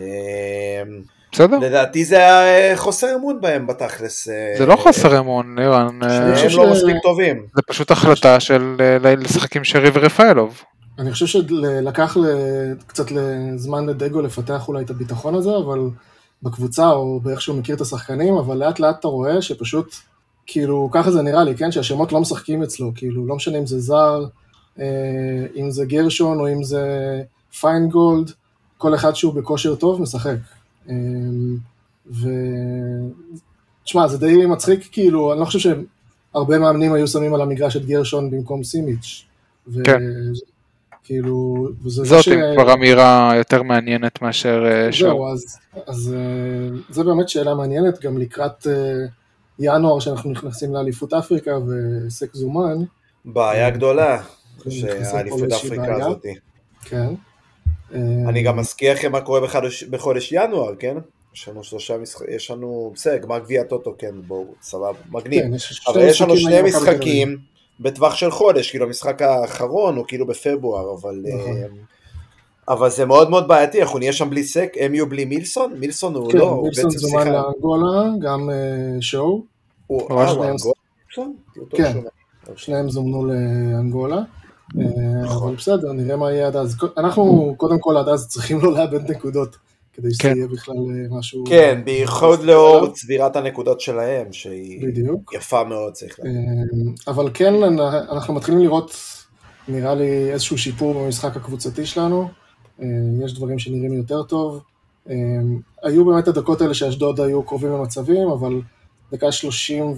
בסדר. לדעתי זה היה חוסר אמון בהם בתכלס. זה לא חוסר אמון, לירן. הם לא מספיק טובים. זה פשוט החלטה של לשחק עם שרי ורפאלוב. אני חושב שלקח קצת זמן לדגו לפתח אולי את הביטחון הזה, אבל בקבוצה או באיך שהוא מכיר את השחקנים, אבל לאט לאט אתה רואה שפשוט, כאילו, ככה זה נראה לי, כן? שהשמות לא משחקים אצלו, כאילו, לא משנה אם זה זר, אם זה גרשון או אם זה פיינגולד, כל אחד שהוא בכושר טוב משחק. ו... תשמע, זה די מצחיק, כאילו, אני לא חושב שהרבה מאמנים היו שמים על המגרש את גרשון במקום סימיץ'. כן. כאילו, זאת כבר אמירה יותר מעניינת מאשר שואו. זהו, אז, אז זה באמת שאלה מעניינת, גם לקראת ינואר שאנחנו נכנסים לאליפות אפריקה וסק זומן. בעיה גדולה, שהאליפות אפריקה הזאת. כן. אני גם מזכיר לכם מה קורה בחודש ינואר, כן? יש לנו שלושה משחקים, יש לנו, בסדר, גמר גביע הטוטו, כן, בואו, סבבה, מגניב. אבל יש לנו שני משחקים בטווח של חודש, כאילו המשחק האחרון הוא כאילו בפברואר, אבל אבל זה מאוד מאוד בעייתי, אנחנו נהיה שם בלי סק, הם יהיו בלי מילסון, מילסון הוא לא, הוא בעצם שיחה. מילסון זומן לאנגולה, גם שואו. הוא אנגולה? כן, שניהם זומנו לאנגולה. אבל בסדר, נראה מה יהיה עד אז. אנחנו קודם כל עד אז צריכים לא לאבד נקודות, כדי שזה יהיה בכלל משהו... כן, בייחוד לאור צבירת הנקודות שלהם, שהיא יפה מאוד, צריך להגיד. אבל כן, אנחנו מתחילים לראות, נראה לי, איזשהו שיפור במשחק הקבוצתי שלנו, יש דברים שנראים יותר טוב. היו באמת הדקות האלה שאשדוד היו קרובים למצבים, אבל דקה שלושים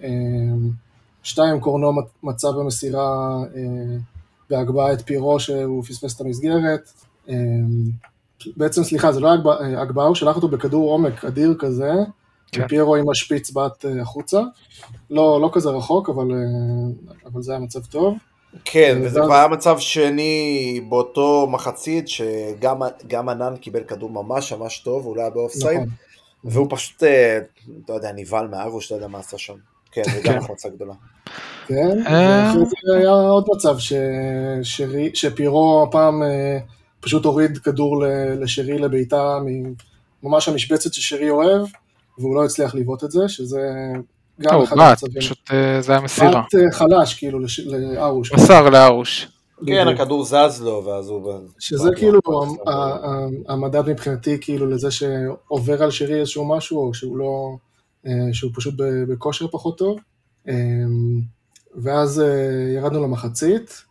ושתיים קורנו מצא במסירה בהגבהה את פירו שהוא פספס את המסגרת. בעצם, סליחה, זה לא הגבהה, הוא שלח אותו בכדור עומק אדיר כזה, ופירו עם השפיץ באת החוצה. לא, לא כזה רחוק, אבל, אבל זה היה מצב טוב. כן, וזה כבר היה מצב שני באותו מחצית, שגם גם ענן קיבל כדור ממש ממש טוב, הוא לא היה באופסייד, והוא פשוט, לא יודע, ניבל מהארוש, לא יודע מה עשה שם. כן, זה גם החמצה גדולה. כן, ואחרי זה היה עוד מצב שפירו הפעם פשוט הוריד כדור לשרי לביתה, ממש המשבצת ששרי אוהב, והוא לא הצליח לבעוט את זה, שזה גם אחד המצבים. פשוט זה היה מסירה. בעט חלש, כאילו, לארוש. מסר לארוש. כן, הכדור זז לו, ואז הוא... שזה כאילו המדד מבחינתי, כאילו, לזה שעובר על שרי איזשהו משהו, או שהוא לא... שהוא פשוט בכושר פחות טוב, ואז ירדנו למחצית.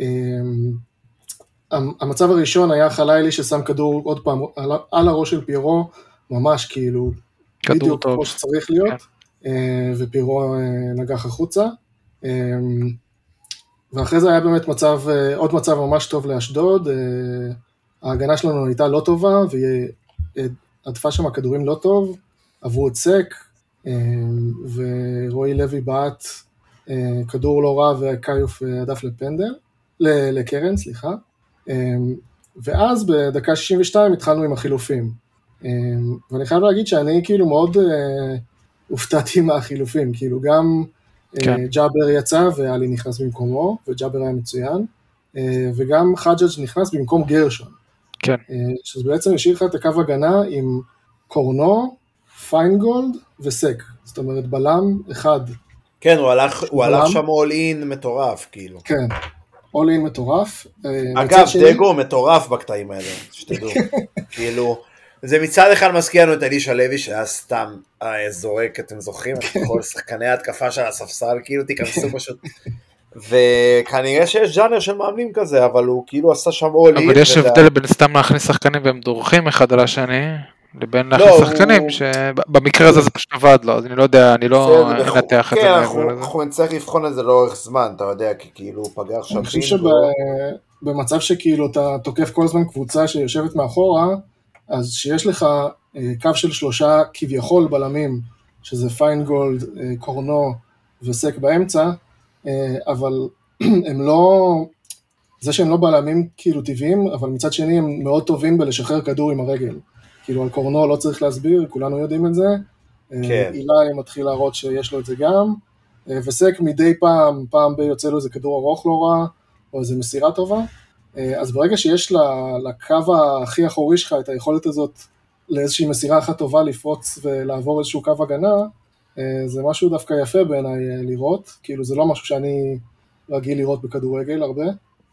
המצב הראשון היה חלילי ששם כדור עוד פעם על הראש של פירו, ממש כאילו, בדיוק כמו שצריך להיות, ופירו נגח החוצה, ואחרי זה היה באמת מצב, עוד מצב ממש טוב לאשדוד, ההגנה שלנו הייתה לא טובה, ועדפה שם הכדורים לא טוב, עברו את סק, ורועי לוי בעט כדור לא רע וקיוף הדף לפנדל, לקרן, סליחה. ואז בדקה שישים ושתיים התחלנו עם החילופים. ואני חייב להגיד שאני כאילו מאוד הופתעתי מהחילופים, כאילו גם כן. ג'אבר יצא ואלי נכנס במקומו, וג'אבר היה מצוין, וגם חג'אג' נכנס במקום גרשון. כן. שזה בעצם השאיר לך את הקו הגנה עם קורנו, פיינגולד וסק. זאת אומרת בלם אחד. כן, הוא הלך, הוא הלך שם all in מטורף, כאילו. כן, all in מטורף. אגב, דגו מטורף בקטעים האלה, שתדעו. כאילו, זה מצד אחד מזכיר לנו את אלישע לוי, שהיה סתם זורק, אתם זוכרים, כל שחקני ההתקפה של הספסל, כאילו תיכנסו פשוט. וכנראה שיש ג'אנר של מאמנים כזה, אבל הוא כאילו עשה שם all in. אבל יש הבדל בין סתם להכניס שחקנים והם דורכים אחד על השני, לבין להכניס שחקנים, שבמקרה הזה זה פשוט עבד לו, אז אני לא יודע, אני לא אנתח את זה. כן, אנחנו נצטרך לבחון את זה לאורך זמן, אתה יודע, כי כאילו הוא פגע עכשיו. אני חושב שבמצב שכאילו אתה תוקף כל הזמן קבוצה שיושבת מאחורה, אז שיש לך קו של שלושה כביכול בלמים, שזה פיינגולד, קורנו וסק באמצע, אבל הם לא, זה שהם לא בלמים כאילו טבעיים, אבל מצד שני הם מאוד טובים בלשחרר כדור עם הרגל. כאילו על קורנו לא צריך להסביר, כולנו יודעים את זה. כן. אילי מתחיל להראות שיש לו את זה גם, וסק מדי פעם, פעם בי יוצא לו איזה כדור ארוך לא רע, או איזה מסירה טובה. אז ברגע שיש לקו הכי אחורי שלך את היכולת הזאת לאיזושהי מסירה אחת טובה לפרוץ ולעבור איזשהו קו הגנה, זה משהו דווקא יפה בעיניי לראות, כאילו זה לא משהו שאני רגיל לראות בכדורגל הרבה,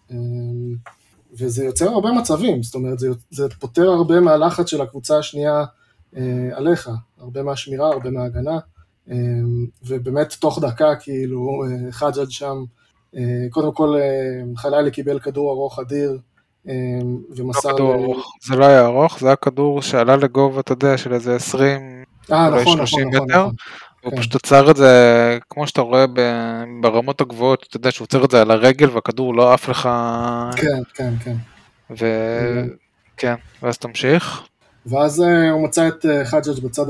וזה יוצר הרבה מצבים, זאת אומרת, זה, זה פותר הרבה מהלחץ של הקבוצה השנייה עליך, הרבה מהשמירה, הרבה מההגנה, ובאמת תוך דקה, כאילו, חג'אג' שם, קודם כל חלילי קיבל כדור ארוך אדיר, ומסר... לא ל... זה לא היה ארוך, זה היה כדור שעלה לגובה, אתה יודע, של איזה עשרים, אולי שלושים מטר, הוא פשוט עצר את זה, כמו שאתה רואה ברמות הגבוהות, אתה יודע שהוא עצר את זה על הרגל, והכדור לא עף לך... כן, כן, כן. וכן, ואז תמשיך. ואז הוא מצא את חג'אג' בצד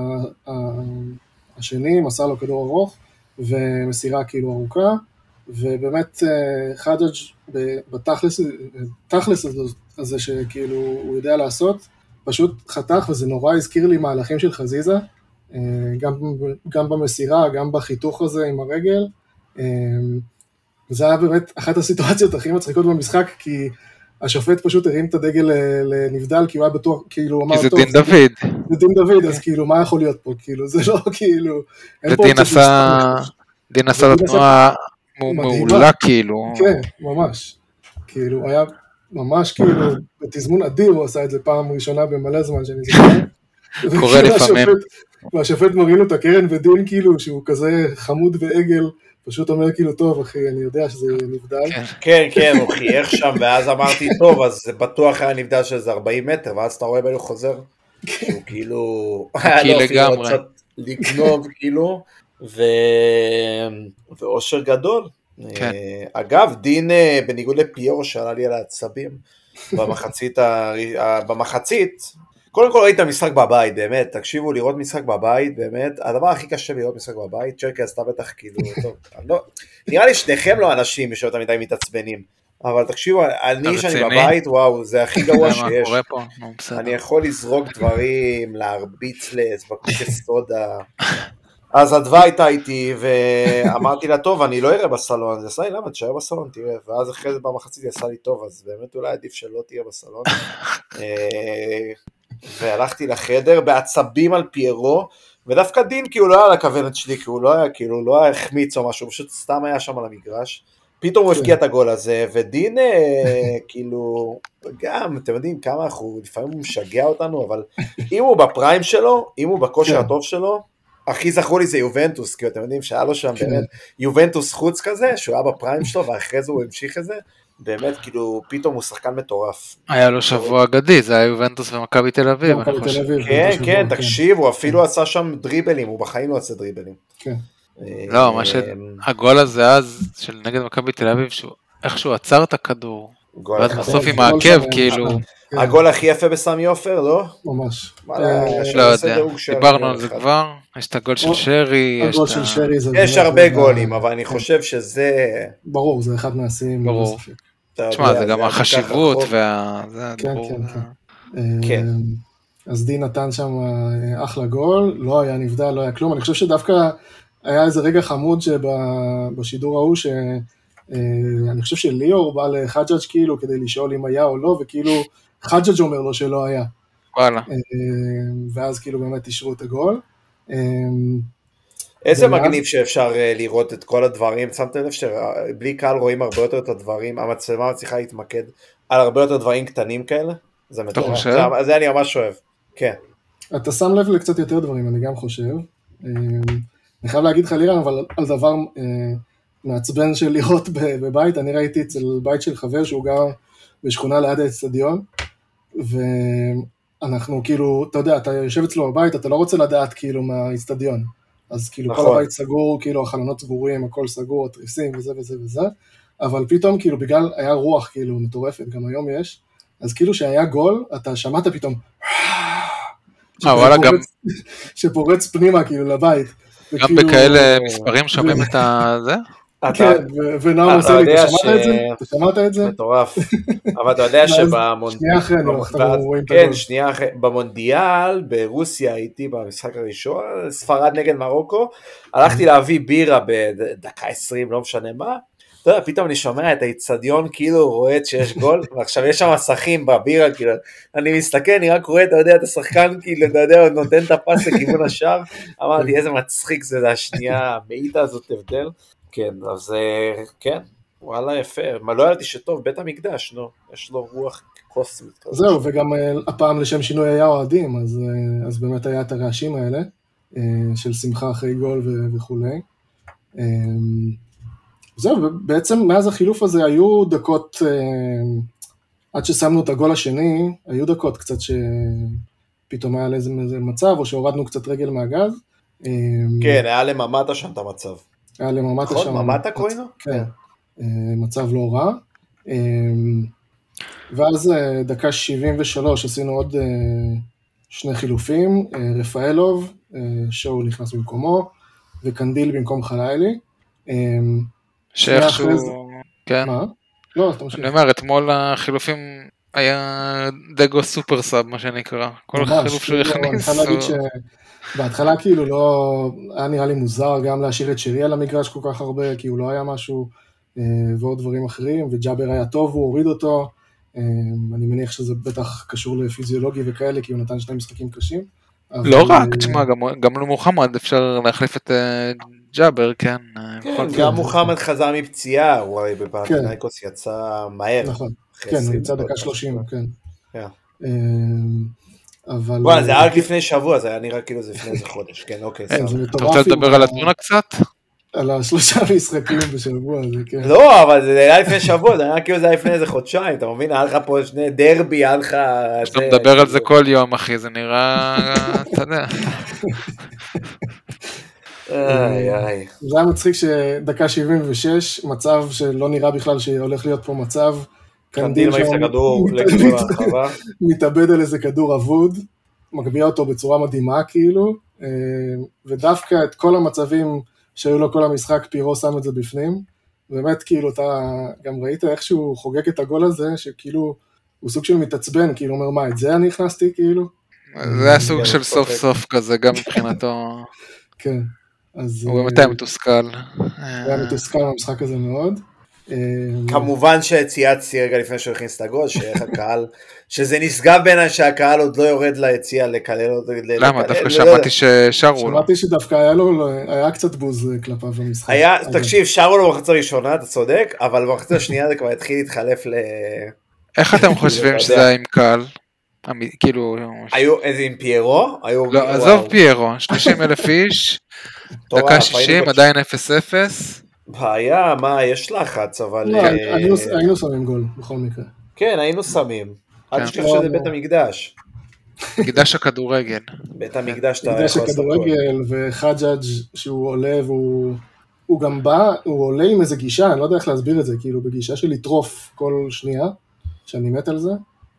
השני, מסר לו כדור ארוך, ומסירה כאילו ארוכה, ובאמת חג'אג' בתכלס הזה שכאילו הוא יודע לעשות, פשוט חתך, וזה נורא הזכיר לי מהלכים של חזיזה, גם, גם במסירה, גם בחיתוך הזה עם הרגל, זה היה באמת אחת הסיטואציות הכי מצחיקות במשחק, כי השופט פשוט הרים את הדגל לנבדל, כי הוא היה בטוח, כאילו, כי זה דין דוד. זה דין דוד, אז כאילו, מה יכול להיות פה? כאילו, זה לא, כאילו... ודין עשה, דין עשה לתנועה מעולה, כאילו. כן, ממש. כאילו, היה ממש, כאילו, בתזמון אדיר, הוא עשה את זה פעם ראשונה במלא זמן שאני זוכר. קורה לפעמים. והשופט מראים לו את הקרן ודין, כאילו, שהוא כזה חמוד ועגל, פשוט אומר כאילו, טוב אחי, אני יודע שזה נבדל. כן, כן, הוא חייך שם, ואז אמרתי, טוב, אז זה בטוח היה נבדל של איזה ארבעים מטר, ואז אתה רואה בנו חוזר, שהוא כאילו, כי לגמרי. לגנוב, כאילו, ואושר גדול. אגב, דין, בניגוד לפיירו, שעלה לי על העצבים, במחצית, במחצית, קודם כל ראית משחק בבית, באמת, תקשיבו, לראות משחק בבית, באמת, הדבר הכי קשה לראות משחק בבית, צ'רקי עשתה בטח כאילו, טוב, לא, נראה לי שניכם לא אנשים שאותם מדי מתעצבנים, אבל תקשיבו, אני שאני בבית, וואו, זה הכי גרוע שיש, אני יכול לזרוק דברים, להרביץ לבקבוקי סודה, אז הדווה הייתה איתי, ואמרתי לה, טוב, אני לא אראה בסלון, זה עשה לי, למה, תשאר בסלון, תראה, ואז אחרי זה במחצית זה עשה לי טוב, אז באמת אולי עדיף שלא תהיה בסלון, והלכתי לחדר בעצבים על פיירו, ודווקא דין כי הוא לא היה על הכוונת שלי, כי הוא לא היה, כאילו, לא היה החמיץ או משהו, הוא פשוט סתם היה שם על המגרש, פתאום הוא הפקיע את הגול הזה, ודין כאילו, גם, אתם יודעים כמה אנחנו, לפעמים הוא משגע אותנו, אבל אם הוא בפריים שלו, אם הוא בכושר הטוב שלו, הכי זכרו לי זה יובנטוס, כי אתם יודעים שהיה לו שם באמת יובנטוס חוץ כזה, שהוא היה בפריים שלו, ואחרי זה הוא המשיך את זה, באמת, כאילו, פתאום הוא שחקן מטורף. היה לו שבוע אגדי, זה היה יובנטוס ומכבי תל אביב. כן, כן, תקשיב, הוא אפילו עשה שם דריבלים, הוא בחיים לא עשה דריבלים. לא, מה שהגול הזה אז, של נגד מכבי תל אביב, איך שהוא עצר את הכדור, ואז בסוף עם העקב, כאילו... הגול הכי יפה בסמי עופר, לא? ממש. לא יודע, דיברנו על זה כבר, יש את הגול של שרי, הגול של שרי זה... יש הרבה גולים, אבל אני חושב שזה... ברור, זה אחד מהשיאים. ברור. תשמע, זה גם החשיבות וה... כן, כן, כן. אז דין נתן שם אחלה גול, לא היה נבדל, לא היה כלום, אני חושב שדווקא היה איזה רגע חמוד שבשידור ההוא, שאני חושב שליאור בא לחג'אג' כאילו כדי לשאול אם היה או לא, וכאילו חג'אג' אומר לו שלא היה. וואלה. ואז כאילו באמת אישרו את הגול. איזה מגניב שאפשר לראות את כל הדברים, שמתם לב שבלי קהל רואים הרבה יותר את הדברים, המצלמה צריכה להתמקד על הרבה יותר דברים קטנים כאלה, זה מטורף, זה אני ממש אוהב, כן. אתה שם לב לקצת יותר דברים, אני גם חושב, אני חייב להגיד לך לירן, אבל על דבר מעצבן של לראות בבית, אני ראיתי אצל בית של חבר שהוא גר בשכונה ליד האצטדיון, ואנחנו כאילו, אתה יודע, אתה יושב אצלו בבית, אתה לא רוצה לדעת כאילו מהאצטדיון, אז כאילו נכון. כל הבית סגור, כאילו החלונות סגורים, הכל סגור, התריסים וזה וזה וזה, אבל פתאום כאילו בגלל היה רוח כאילו מטורפת, גם היום יש, אז כאילו שהיה גול, אתה שמעת פתאום, אה וואלה גם, שפורץ פנימה כאילו לבית. גם בכאלה מספרים שומעים את זה? כן, ונועם עושה לי, אתה שמעת את זה? אתה שמעת את זה? מטורף. אבל אתה יודע שבמונדיאל, שנייה אחרי, אנחנו רואים את הגול. כן, שנייה אחרי, במונדיאל, ברוסיה הייתי במשחק הראשון, ספרד נגד מרוקו, הלכתי להביא בירה בדקה עשרים, לא משנה מה, אתה יודע, פתאום אני שומע את האצטדיון, כאילו רואה שיש גול, ועכשיו יש שם מסכים בבירה, כאילו, אני מסתכל, אני רק רואה, אתה יודע, את השחקן, כאילו, אתה יודע, נותן את הפס לכיוון השאר, אמרתי, איזה מצחיק זה, זה השנייה, מאיתה הזאת הבדל, כן, אז כן, וואלה יפה, מה לא ידעתי שטוב, בית המקדש, נו, יש לו רוח קוסמית. זהו, וגם הפעם לשם שינוי היה אוהדים, אז, אז באמת היה את הרעשים האלה, של שמחה אחרי גול וכולי. זהו, בעצם מאז החילוף הזה היו דקות, עד ששמנו את הגול השני, היו דקות קצת שפתאום היה לאיזה מצב, או שהורדנו קצת רגל מהגז. כן, היה לממטה שם את המצב. היה לממטה שם. נכון, ממטה קוראים לו? כן, מצב לא רע. ואז דקה שבעים ושלוש עשינו עוד שני חילופים, רפאלוב, שואו נכנס במקומו, וקנדיל במקום חלילי. שאיכשהו, כן. מה? לא, אתה משהו. אני אומר, אתמול החילופים היה דגו סופר סאב, מה שנקרא. כל חילוף שהוא הכניס. אני חייב להגיד שבהתחלה כאילו לא, היה נראה לי מוזר גם להשאיר את שרי על המגרש כל כך הרבה, כי הוא לא היה משהו, ועוד דברים אחרים, וג'אבר היה טוב, הוא הוריד אותו. אני מניח שזה בטח קשור לפיזיולוגי וכאלה, כי הוא נתן שני משחקים קשים. לא רק, תשמע, גם למוחמד אפשר להחליף את ג'אבר, כן. גם מוחמד חזר מפציעה, הוא הרי בפנתנייקוס יצא מהר. נכון, כן, הוא יצא דקה שלושים, כן. אבל... וואי, זה היה רק לפני שבוע, זה היה נראה כאילו זה לפני איזה חודש, כן, אוקיי. אתה רוצה לדבר על התמונה קצת? על השלושה משחקים בשבוע הזה, כן. לא, אבל זה היה לפני שבוע, זה היה כאילו זה היה לפני איזה חודשיים, אתה מבין? היה לך פה שני דרבי, היה לך... אתה מדבר על זה כל יום, אחי, זה נראה, אתה יודע. זה היה מצחיק שדקה שבעים ושש, מצב שלא נראה בכלל שהולך להיות פה מצב, קנדיל שם מתאבד על איזה כדור אבוד, מגביע אותו בצורה מדהימה כאילו, ודווקא את כל המצבים שהיו לו כל המשחק, פירו שם את זה בפנים, באמת כאילו אתה גם ראית איך שהוא חוגג את הגול הזה, שכאילו הוא סוג של מתעצבן, כאילו אומר מה, את זה אני הכנסתי כאילו? זה היה סוג של סוף סוף כזה, גם מבחינתו. כן. הוא באמת היה מתוסכל. היה מתוסכל במשחק הזה מאוד. כמובן שצייצתי רגע לפני שהוא הכניס את הגול, שאיך הקהל, שזה נשגב בעיניי שהקהל עוד לא יורד ליציאה לקלל אותו. למה? דווקא שמעתי ששרו לו. שמעתי שדווקא היה לו, היה קצת בוז כלפיו במשחק. היה, תקשיב, שרו לו במחצית הראשונה, אתה צודק, אבל במחצית השנייה זה כבר התחיל להתחלף ל... איך אתם חושבים שזה היה עם קהל? כאילו... היו איזה עם פיירו? לא, עזוב פיירו, שלושים אלף איש, דקה שישים, עדיין אפס אפס. בעיה, מה, יש לחץ, אבל... לא, היינו שמים גול, בכל מקרה. כן, היינו שמים. אל תשכח שזה בית המקדש. מקדש הכדורגל. בית המקדש, אתה יכול לעשות גול. מקדש הכדורגל, וחג'אג' שהוא עולה, והוא גם בא, הוא עולה עם איזה גישה, אני לא יודע איך להסביר את זה, כאילו בגישה של לטרוף כל שנייה, שאני מת על זה.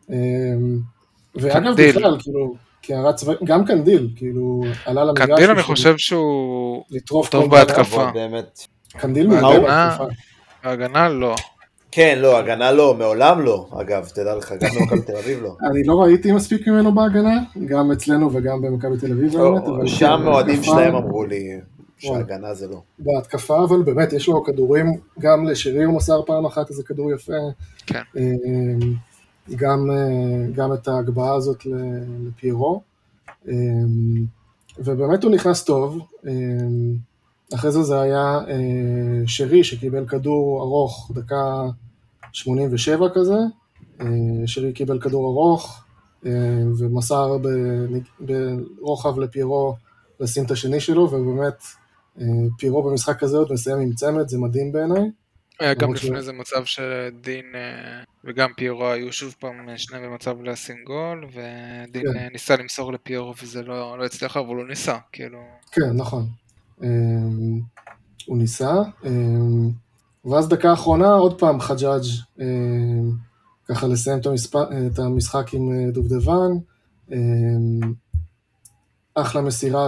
ואגב בכלל, כאילו, גם קנדיל, כאילו, עלה למגרש. קנדיל אני חושב שהוא טוב בהתקפה. קנדיל מעולה בהתקפה. ההגנה לא. כן, לא, הגנה לא, מעולם לא, אגב, תדע לך, גם במכבי תל אביב לא. אני לא ראיתי מספיק ממנו בהגנה, גם אצלנו וגם במכבי תל אביב. שם מועדים שלהם אמרו לי שההגנה זה לא. בהתקפה, אבל באמת יש לו כדורים, גם לשירי הוא מסר פעם אחת איזה כדור יפה. כן. גם את ההגבהה הזאת לפיירו. ובאמת הוא נכנס טוב. אחרי זה זה היה שרי שקיבל כדור ארוך, דקה שמונים ושבע כזה, שרי קיבל כדור ארוך, ומסר ברוחב לפיירו לשים את השני שלו, ובאמת פיירו במשחק הזה עוד מסיים עם צמד, זה מדהים בעיניי. היה גם לפני זה מצב שדין וגם פיירו היו שוב פעם שניהם במצב לשים גול, ודין ניסה למסור לפיירו וזה לא הצליח, אבל הוא ניסה, כאילו... כן, נכון. הוא ניסה, ואז דקה האחרונה עוד פעם חג'אג' ככה לסיים את המשחק עם דובדבן, אחלה מסירה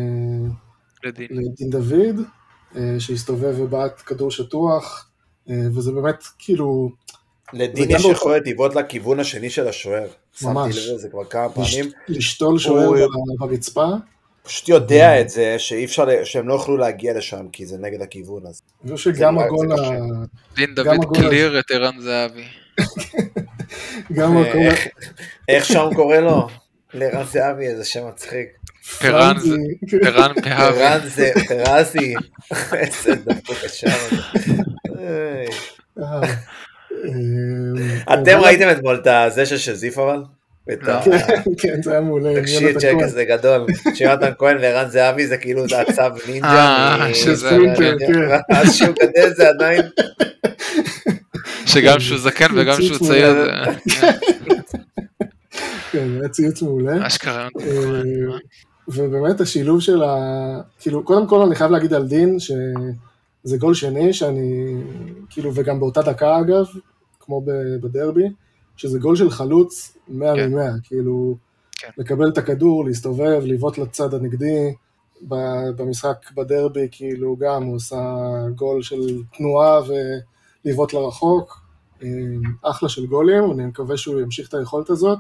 לדין דוד, שהסתובב ובעט כדור שטוח, וזה באמת כאילו... לדין יש יכולת לבעוט לכיוון השני של השוער, שמתי לב זה כבר כמה פעמים. לשתול שוער ברצפה. פשוט יודע את זה, שאי אפשר, שהם לא יוכלו להגיע לשם, כי זה נגד הכיוון הזה. אני חושב שגם הגול... דין דוד קליר את ערן זהבי. גם הגול... איך שם קורא לו? לערן זהבי, איזה שם מצחיק. פרן פרן פרן זה, פרזי. איזה דפוק השם. אתם ראיתם אתמול את זה של שזיף אבל? כן, זה היה מעולה. תקשיב צ'ק, זה גדול. שיונתן כהן וערן זהבי זה כאילו זה הצו נינג'ה. אה, שזה... אז שהוא גדל זה עדיין... שגם שהוא זקן וגם שהוא צעיר. כן, זה היה ציוץ מעולה. אשכרה. ובאמת השילוב של ה... כאילו, קודם כל אני חייב להגיד על דין שזה גול שני שאני... כאילו, וגם באותה דקה אגב, כמו בדרבי, שזה גול של חלוץ מאה ממאה, כאילו, לקבל את הכדור, להסתובב, לבעוט לצד הנגדי, במשחק בדרבי, כאילו, גם הוא עושה גול של תנועה ולבעוט לרחוק, אחלה של גולים, אני מקווה שהוא ימשיך את היכולת הזאת.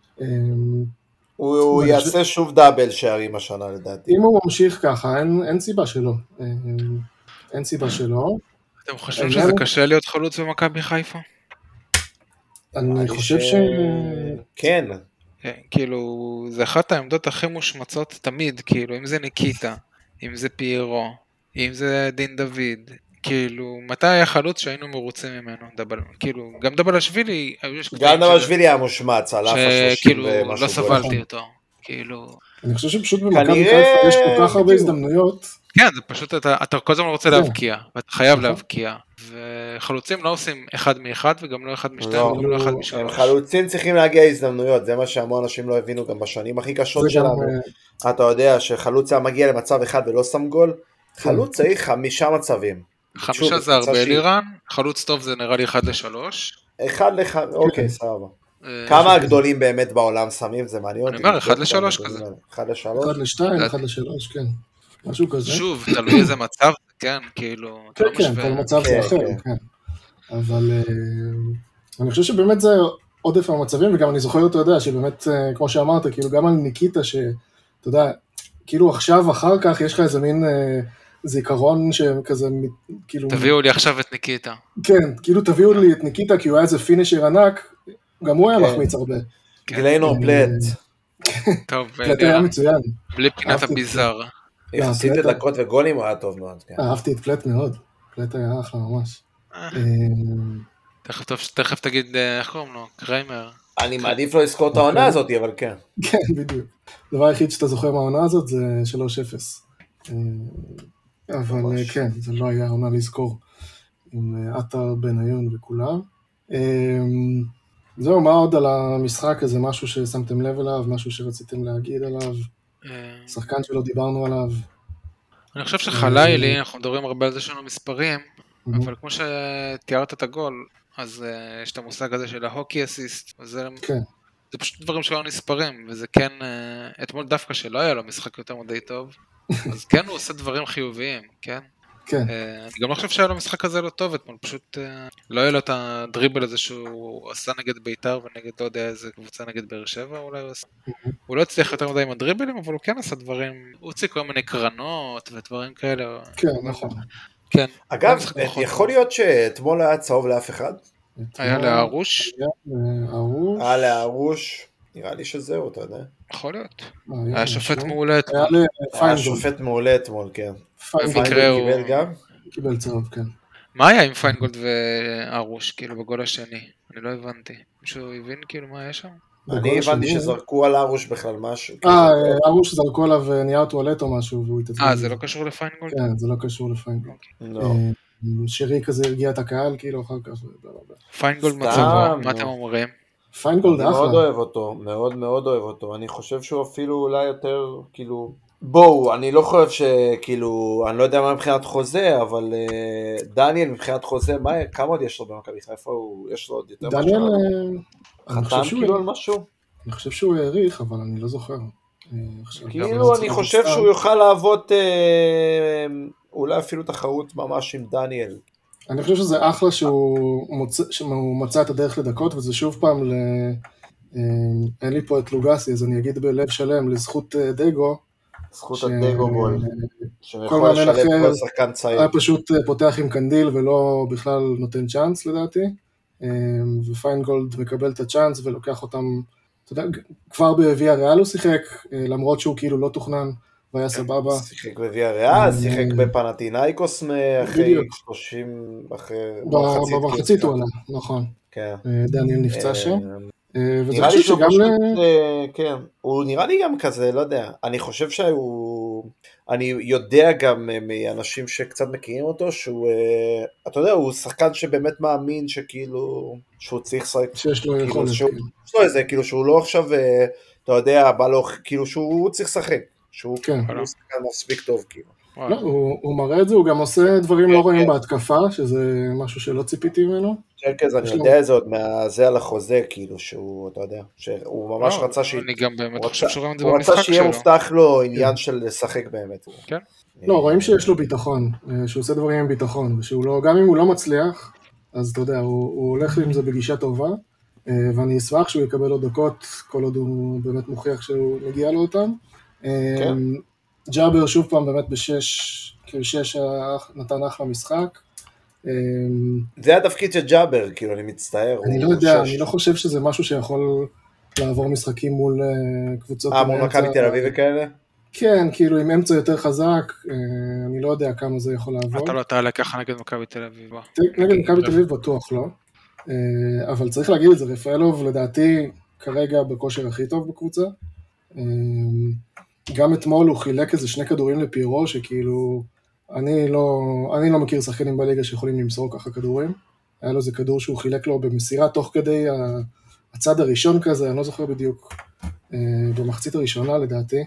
הוא יעשה שוב דאבל שערים השנה לדעתי. אם הוא ממשיך ככה, אין סיבה שלא. אין סיבה שלא. אתם חושבים שזה קשה להיות חלוץ במכבי חיפה? אני חושב ש... כן. כאילו, זה אחת העמדות הכי מושמצות תמיד, כאילו, אם זה ניקיטה, אם זה פיירו, אם זה דין דוד, כאילו, מתי היה חלוץ שהיינו מרוצים ממנו, דבל, כאילו, גם דבל השבילי, גם דבל השבילי היה מושמץ, על אף השלושים ומשהו. לא סבלתי אותו, כאילו... אני חושב שפשוט במכבי חיפה יש כל כך הרבה הזדמנויות. כן, זה פשוט, אתה כל הזמן רוצה להבקיע, ואתה חייב להבקיע, וחלוצים לא עושים אחד מאחד, וגם לא אחד משתיים, וגם לא אחד משלוש. חלוצים צריכים להגיע הזדמנויות, זה מה שהמון אנשים לא הבינו גם בשנים הכי קשות שלנו. אתה יודע שחלוץ היה מגיע למצב אחד ולא שם גול, חלוץ צריך חמישה מצבים. חמישה זה הרבה לירן, חלוץ טוב זה נראה לי אחד לשלוש. אחד לאחד, אוקיי, סבבה. כמה הגדולים באמת בעולם שמים, זה מעניין. אני אומר, אחד לשלוש כזה. אחד לשלוש. אחד לשתיים, אחד לשלוש, כן. משהו כזה. שוב, תלוי איזה מצב, כן, כאילו... כן, כן, כל מצב זה אחר, כן. אבל אני חושב שבאמת זה עודף המצבים, וגם אני זוכר, אתה יודע, שבאמת, כמו שאמרת, כאילו גם על ניקיטה, שאתה יודע, כאילו עכשיו, אחר כך, יש לך איזה מין זיכרון שכזה, כאילו... תביאו לי עכשיו את ניקיטה. כן, כאילו תביאו לי את ניקיטה, כי הוא היה איזה פינישר ענק, גם הוא היה מחמיץ הרבה. גליינור פלט. טוב, פלט היה מצוין. בלי פינת הביזר. יחסית לדקות וגולים הוא היה טוב מאוד. אהבתי את פלט מאוד, פלט היה אחלה ממש. תכף תגיד, איך קוראים לו? קריימר. אני מעדיף לא לזכור את העונה הזאת, אבל כן. כן, בדיוק. הדבר היחיד שאתה זוכר מהעונה הזאת זה שלוש אפס. אבל כן, זה לא היה עונה לזכור. עם עטר, בניון וכולם. זהו, מה עוד על המשחק הזה? משהו ששמתם לב אליו, משהו שרציתם להגיד עליו? שחקן שלא דיברנו עליו. אני חושב שחלילי, אנחנו מדברים הרבה על זה שלנו מספרים, אבל כמו שתיארת את הגול, אז uh, יש את המושג הזה של ההוקי אסיסט, וזה כן. זה פשוט דברים שלא נספרים, וזה כן, uh, אתמול דווקא שלא היה לו משחק יותר מדי טוב, אז כן הוא עושה דברים חיוביים, כן? כן. Uh, אני גם לא חושב שהיה לו משחק הזה לא טוב, אתמול פשוט uh, לא היה לו את הדריבל הזה שהוא עשה נגד ביתר, ונגד לא יודע איזה קבוצה נגד באר שבע, אולי הוא עשה. הוא לא הצליח יותר מדי עם הדריבלים, אבל הוא כן עשה דברים, הוא הוציא כל מיני קרנות ודברים כאלה. כן, נכון. כן. אגב, יכול להיות שאתמול היה צהוב לאף אחד? היה להרוש? היה להרוש. נראה לי שזהו, אתה יודע. יכול להיות. היה שופט מעולה אתמול. היה שופט מעולה אתמול, כן. פיינגולד קיבל גם? קיבל צהוב, כן. מה היה עם פיינגולד והרוש, כאילו, בגול השני? אני לא הבנתי. מישהו הבין כאילו מה היה שם? אני הבנתי שזרקו על ארוש בכלל משהו. אה, ארוש זרקו עליו נייר טואלט או משהו, והוא התעצבן. אה, זה לא קשור לפיינגולד? כן, זה לא קשור לפיינגולד. שרי כזה הרגיע את הקהל, כאילו אחר כך. פיינגולד מצבו, מה אתם אומרים? פיינגולד אחלה. אני מאוד אוהב אותו, מאוד מאוד אוהב אותו. אני חושב שהוא אפילו אולי יותר, כאילו... בואו, אני לא חושב שכאילו, אני לא יודע מה מבחינת חוזה, אבל דניאל מבחינת חוזה, מה, כמה עוד יש לו במכבי חיפה? יש לו עוד יותר משהו? דניאל... חתם כאילו על משהו? אני חושב שהוא העריך, אבל אני לא זוכר. כאילו, אני חושב שהוא יוכל לעבוד אולי אפילו תחרות ממש עם דניאל. אני חושב שזה אחלה שהוא מצא את הדרך לדקות, וזה שוב פעם, אין לי פה את לוגסי, אז אני אגיד בלב שלם, לזכות דגו, זכות הדגו גול, שיכול לשלב כל שחקן צעיר. היה פשוט פותח עם קנדיל ולא בכלל נותן צ'אנס לדעתי, ופיינגולד מקבל את הצ'אנס ולוקח אותם, אתה יודע, כבר בוויה ריאל הוא שיחק, למרות שהוא כאילו לא תוכנן, והיה סבבה. שיחק בוויה ריאל, שיחק בפנתינייקוס אחרי שלושים, אחרי... במחצית הוא עלה, נכון. דניאל נפצע שם. נראה לי שהוא פשוט, כן, הוא נראה לי גם כזה, לא יודע, אני חושב שהוא, אני יודע גם מאנשים שקצת מכירים אותו, שהוא, אתה יודע, הוא שחקן שבאמת מאמין שכאילו, שהוא צריך לשחק, שיש לו יכולת, יש לו איזה, כאילו שהוא לא עכשיו, אתה יודע, בא לו, כאילו שהוא צריך לשחק, שהוא שחקן מספיק טוב, כאילו. לא, הוא מראה את זה, הוא גם עושה דברים לא רואים בהתקפה, שזה משהו שלא ציפיתי ממנו. צ'רקז, אני יודע את זה עוד מהזה על החוזה, כאילו שהוא, אתה יודע, שהוא ממש רצה ש... אני גם באמת חושב שרואים את זה במשחק שלו. הוא רצה שיהיה מובטח לו עניין של לשחק באמת. כן. לא, רואים שיש לו ביטחון, שהוא עושה דברים עם ביטחון, וגם אם הוא לא מצליח, אז אתה יודע, הוא הולך עם זה בגישה טובה, ואני אשמח שהוא יקבל עוד דקות, כל עוד הוא באמת מוכיח שהוא מגיע לו אותם. כן. ג'אבר שוב פעם באמת בשש, כאילו שש נתן אחלה משחק. זה התפקיד של ג'אבר, כאילו אני מצטער. אני לא יודע, אני לא חושב שזה משהו שיכול לעבור משחקים מול קבוצות. אה, מול מכבי תל אביב וכאלה? כן, כאילו עם אמצע יותר חזק, אני לא יודע כמה זה יכול לעבור. אתה לא תעלה ככה נגד מכבי תל אביב. נגד מכבי תל אביב בטוח לא, אבל צריך להגיד את זה, רפאלוב לדעתי כרגע בכושר הכי טוב בקבוצה. גם אתמול הוא חילק איזה שני כדורים לפיירו, שכאילו, אני לא, אני לא מכיר שחקנים בליגה שיכולים למסור ככה כדורים. היה לו איזה כדור שהוא חילק לו במסירה, תוך כדי הצד הראשון כזה, אני לא זוכר בדיוק, במחצית הראשונה לדעתי.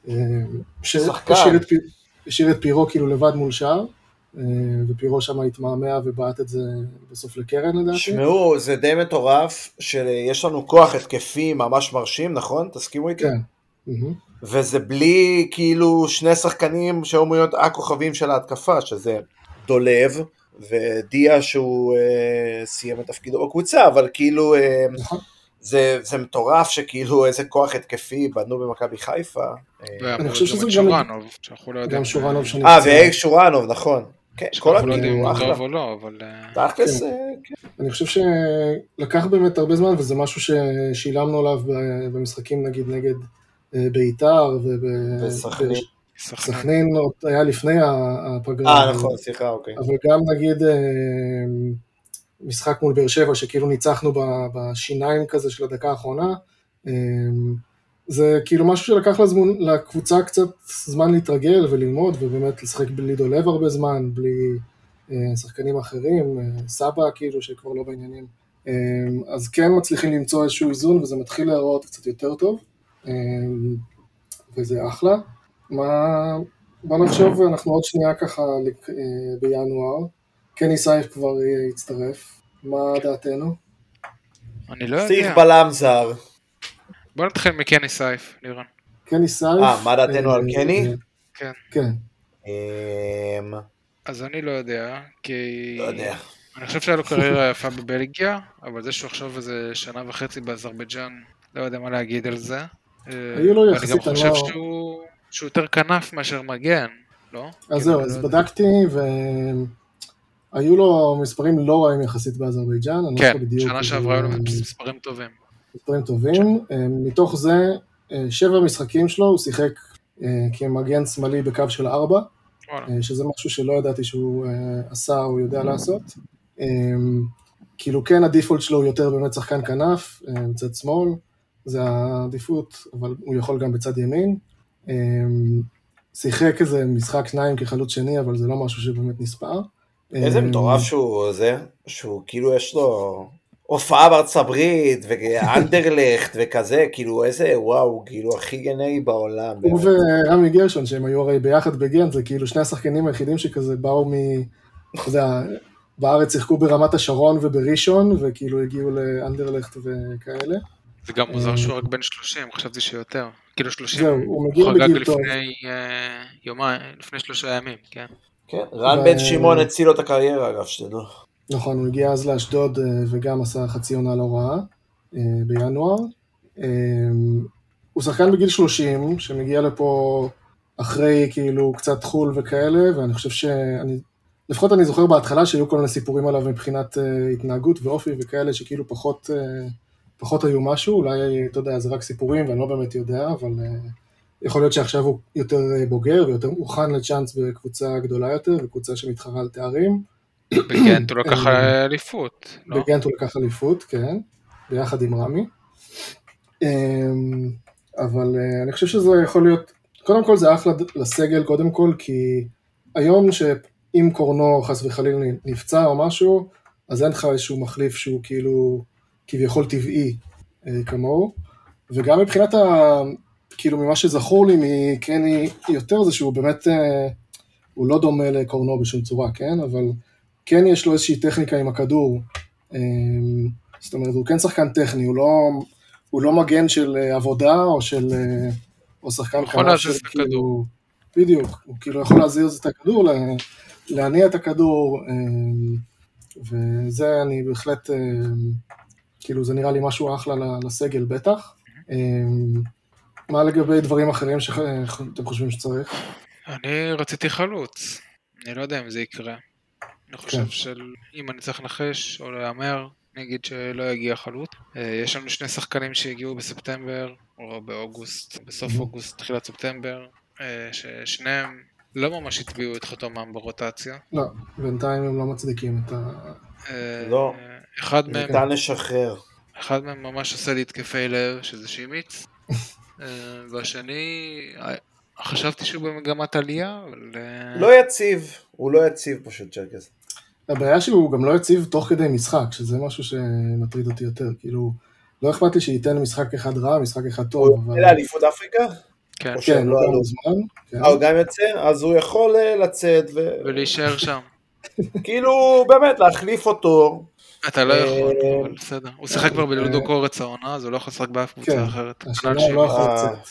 השאיר את פיירו כאילו לבד מול שער, ופיירו שם התמהמה ובעט את זה בסוף לקרן לדעתי. שמעו, זה די מטורף, שיש לנו כוח התקפי ממש מרשים, נכון? תסכימו איתי? כן. וזה בלי כאילו שני שחקנים שאומרים להיות הכוכבים של ההתקפה, שזה דולב ודיה שהוא אה, סיים את תפקידו בקבוצה, אבל כאילו אה, זה, זה מטורף שכאילו איזה כוח התקפי בנו במכבי חיפה. אני חושב שזה גם גם שורנוב. אה, ואיג שורנוב, נכון. אנחנו לא יודעים אם הוא טוב או לא, אבל... תכלס, כן. אני חושב שלקח באמת הרבה זמן, וזה משהו ששילמנו עליו במשחקים נגיד נגד ביתר ובסכנין, היה לפני הפגרה. אה, נכון, סליחה, אוקיי. אבל גם נגיד משחק מול באר שבע, שכאילו ניצחנו בשיניים כזה של הדקה האחרונה, זה כאילו משהו שלקח לקבוצה קצת זמן להתרגל וללמוד, ובאמת לשחק בלי דולב הרבה זמן, בלי שחקנים אחרים, סבא כאילו שכבר לא בעניינים. אז כן מצליחים למצוא איזשהו איזון, וזה מתחיל להיראות קצת יותר טוב. וזה אחלה. מה, בוא נחשוב, אנחנו עוד שנייה ככה בינואר, קני סייף כבר יצטרף. מה דעתנו? אני לא יודע. צריך בלם זר. בוא נתחיל מקני סייף, לירון. קני סייף. אה, מה דעתנו על קני? כן. כן. אז אני לא יודע, כי... לא יודע. אני חושב שהיה לו קריירה יפה בבלגיה, אבל זה שהוא עכשיו איזה שנה וחצי באזרבייג'אן, לא יודע מה להגיד על זה. היו לו יחסית, אני גם חושב שהוא יותר כנף מאשר מגן, לא? אז זהו, אז בדקתי, והיו לו מספרים לא רעים יחסית באזרבייג'אן. כן, שנה שעברה היו לו מספרים טובים. מספרים טובים. מתוך זה, שבע משחקים שלו, הוא שיחק כמגן שמאלי בקו של ארבע, שזה משהו שלא ידעתי שהוא עשה או יודע לעשות. כאילו כן הדיפולט שלו הוא יותר באמת שחקן כנף, בצד שמאל, זה העדיפות, אבל הוא יכול גם בצד ימין. שיחק איזה משחק שניים כחלוץ שני, אבל זה לא משהו שבאמת נספר. איזה מטורף שהוא זה, שהוא כאילו יש לו הופעה בארצות הברית, ואנדרלכט וכזה, כאילו איזה וואו, כאילו הכי גנאי בעולם. הוא ורמי גרשון, שהם היו הרי ביחד בגן, זה כאילו שני השחקנים היחידים שכזה באו מ... אתה יודע, בארץ שיחקו ברמת השרון ובראשון, וכאילו הגיעו לאנדרלכט וכאלה. זה גם מוזר שהוא רק בן שלושים, חשבתי שיותר. כאילו שלושים. זהו, הוא מגיע בגיל טוב. לפני יומיים, לפני שלושה ימים, כן. כן, רן בן שמעון הציל לו את הקריירה, אגב, שתדעו. נכון, הוא הגיע אז לאשדוד וגם עשה חצי עונה לא רעה בינואר. הוא שחקן בגיל שלושים, שמגיע לפה אחרי כאילו קצת חול וכאלה, ואני חושב שאני, לפחות אני זוכר בהתחלה שהיו כל מיני סיפורים עליו מבחינת התנהגות ואופי וכאלה, שכאילו פחות, פחות היו משהו, אולי, אתה יודע, זה רק סיפורים ואני לא באמת יודע, אבל יכול להיות שעכשיו הוא יותר בוגר ויותר מוכן לצ'אנס בקבוצה גדולה יותר, וקבוצה שמתחרה על תארים. בגנט הוא לקח אליפות, לא? בגנט הוא לקח אליפות, כן, ביחד עם רמי. אבל אני חושב שזה יכול להיות, קודם כל זה אחלה לסגל קודם כל, כי היום שאם קורנו חס וחליל נפצע או משהו, אז אין לך איזשהו מחליף שהוא כאילו כביכול טבעי כמוהו, וגם מבחינת ה... כאילו ממה שזכור לי מקני יותר זה שהוא באמת, הוא לא דומה לקורנו בשום צורה, כן? אבל כן יש לו איזושהי טכניקה עם הכדור, זאת אומרת, הוא כן שחקן טכני, הוא לא, הוא לא מגן של עבודה או של, או שחקן כנף של כאילו, בדיוק, הוא כאילו יכול להזיז את הכדור, להניע את הכדור, וזה אני בהחלט, כאילו זה נראה לי משהו אחלה לסגל בטח. מה לגבי דברים אחרים שאתם חושבים שצריך? אני רציתי חלוץ, אני לא יודע אם זה יקרה. אני חושב של אם אני צריך לנחש או להאמר, נגיד שלא יגיע חלוץ. יש לנו שני שחקנים שהגיעו בספטמבר או באוגוסט, בסוף אוגוסט, תחילת ספטמבר, ששניהם לא ממש התביאו את חתומם ברוטציה. לא, בינתיים הם לא מצדיקים את ה... לא, אחד מהם... ניתן לשחרר. אחד מהם ממש עושה לי התקפי לב, שזה שימיץ. והשני, חשבתי שהוא במגמת עלייה, אבל... לא יציב, הוא לא יציב פשוט צ'רקס. הבעיה שהוא גם לא יציב תוך כדי משחק, שזה משהו שמטריד אותי יותר, כאילו, לא אכפת לי שייתן משחק אחד רע, משחק אחד טוב, הוא יוצא לאליפות אפריקה? כן, כן, לא היה לו זמן. הוא גם יוצא, אז הוא יכול לצאת ו... ולהישאר שם. כאילו, באמת, להחליף אותו. אתה לא יכול, אבל בסדר. הוא שיחק כבר בלודו קורץ העונה, אז הוא לא יכול לשחק באף קבוצה אחרת. השאלה הוא לא יכול לצאת.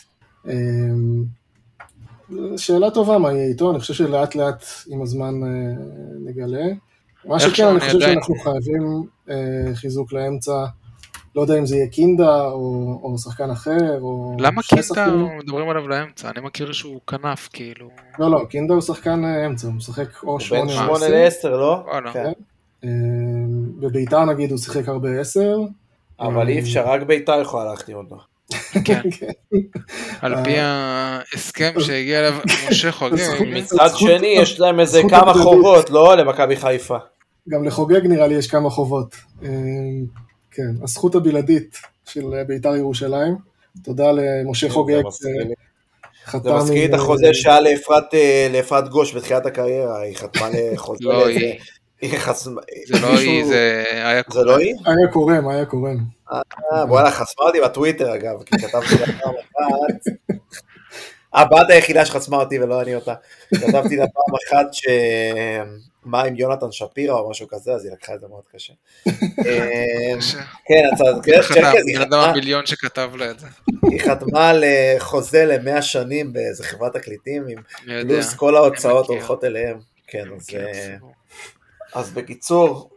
שאלה טובה מה יהיה איתו, אני חושב שלאט לאט עם הזמן נגלה. מה שכן, אני חושב שאנחנו חייבים חיזוק לאמצע, לא יודע אם זה יהיה קינדה או שחקן אחר, או... למה קינדה מדברים עליו לאמצע? אני מכיר שהוא כנף, כאילו... לא, לא, קינדה הוא שחקן אמצע, הוא משחק או שמונה בין שמונה לעשר, לא? כן. בביתר נגיד הוא שיחק הרבה עשר. אבל אי אפשר, רק ביתר יכולה להחתים אותו. כן. על פי ההסכם שהגיע אליו משה חוגג. מצד שני יש להם איזה כמה חובות, לא? למכבי חיפה. גם לחוגג נראה לי יש כמה חובות. כן, הזכות הבלעדית של ביתר ירושלים. תודה למשה חוגג. זה מזכיר את החוזה שהיה לאפרת גוש בתחילת הקריירה, היא חתמה לחוזה. לא היא. זה לא היא, זה היה קורם. זה לא היא? היה קורם, היה קורם. אה, בואלה, חסמה אותי בטוויטר אגב, כי כתבתי לך פעם אחת. הבת היחידה שחצמה אותי ולא אני אותה. כתבתי לה פעם אחת שמה עם יונתן שפירה או משהו כזה, אז היא לקחה את זה מאוד קשה. כן, בן אדם המיליון שכתב לה את זה. היא חתמה על חוזה למאה שנים באיזה חברת תקליטים, פלוס כל ההוצאות הולכות אליהם. כן, אז בקיצור,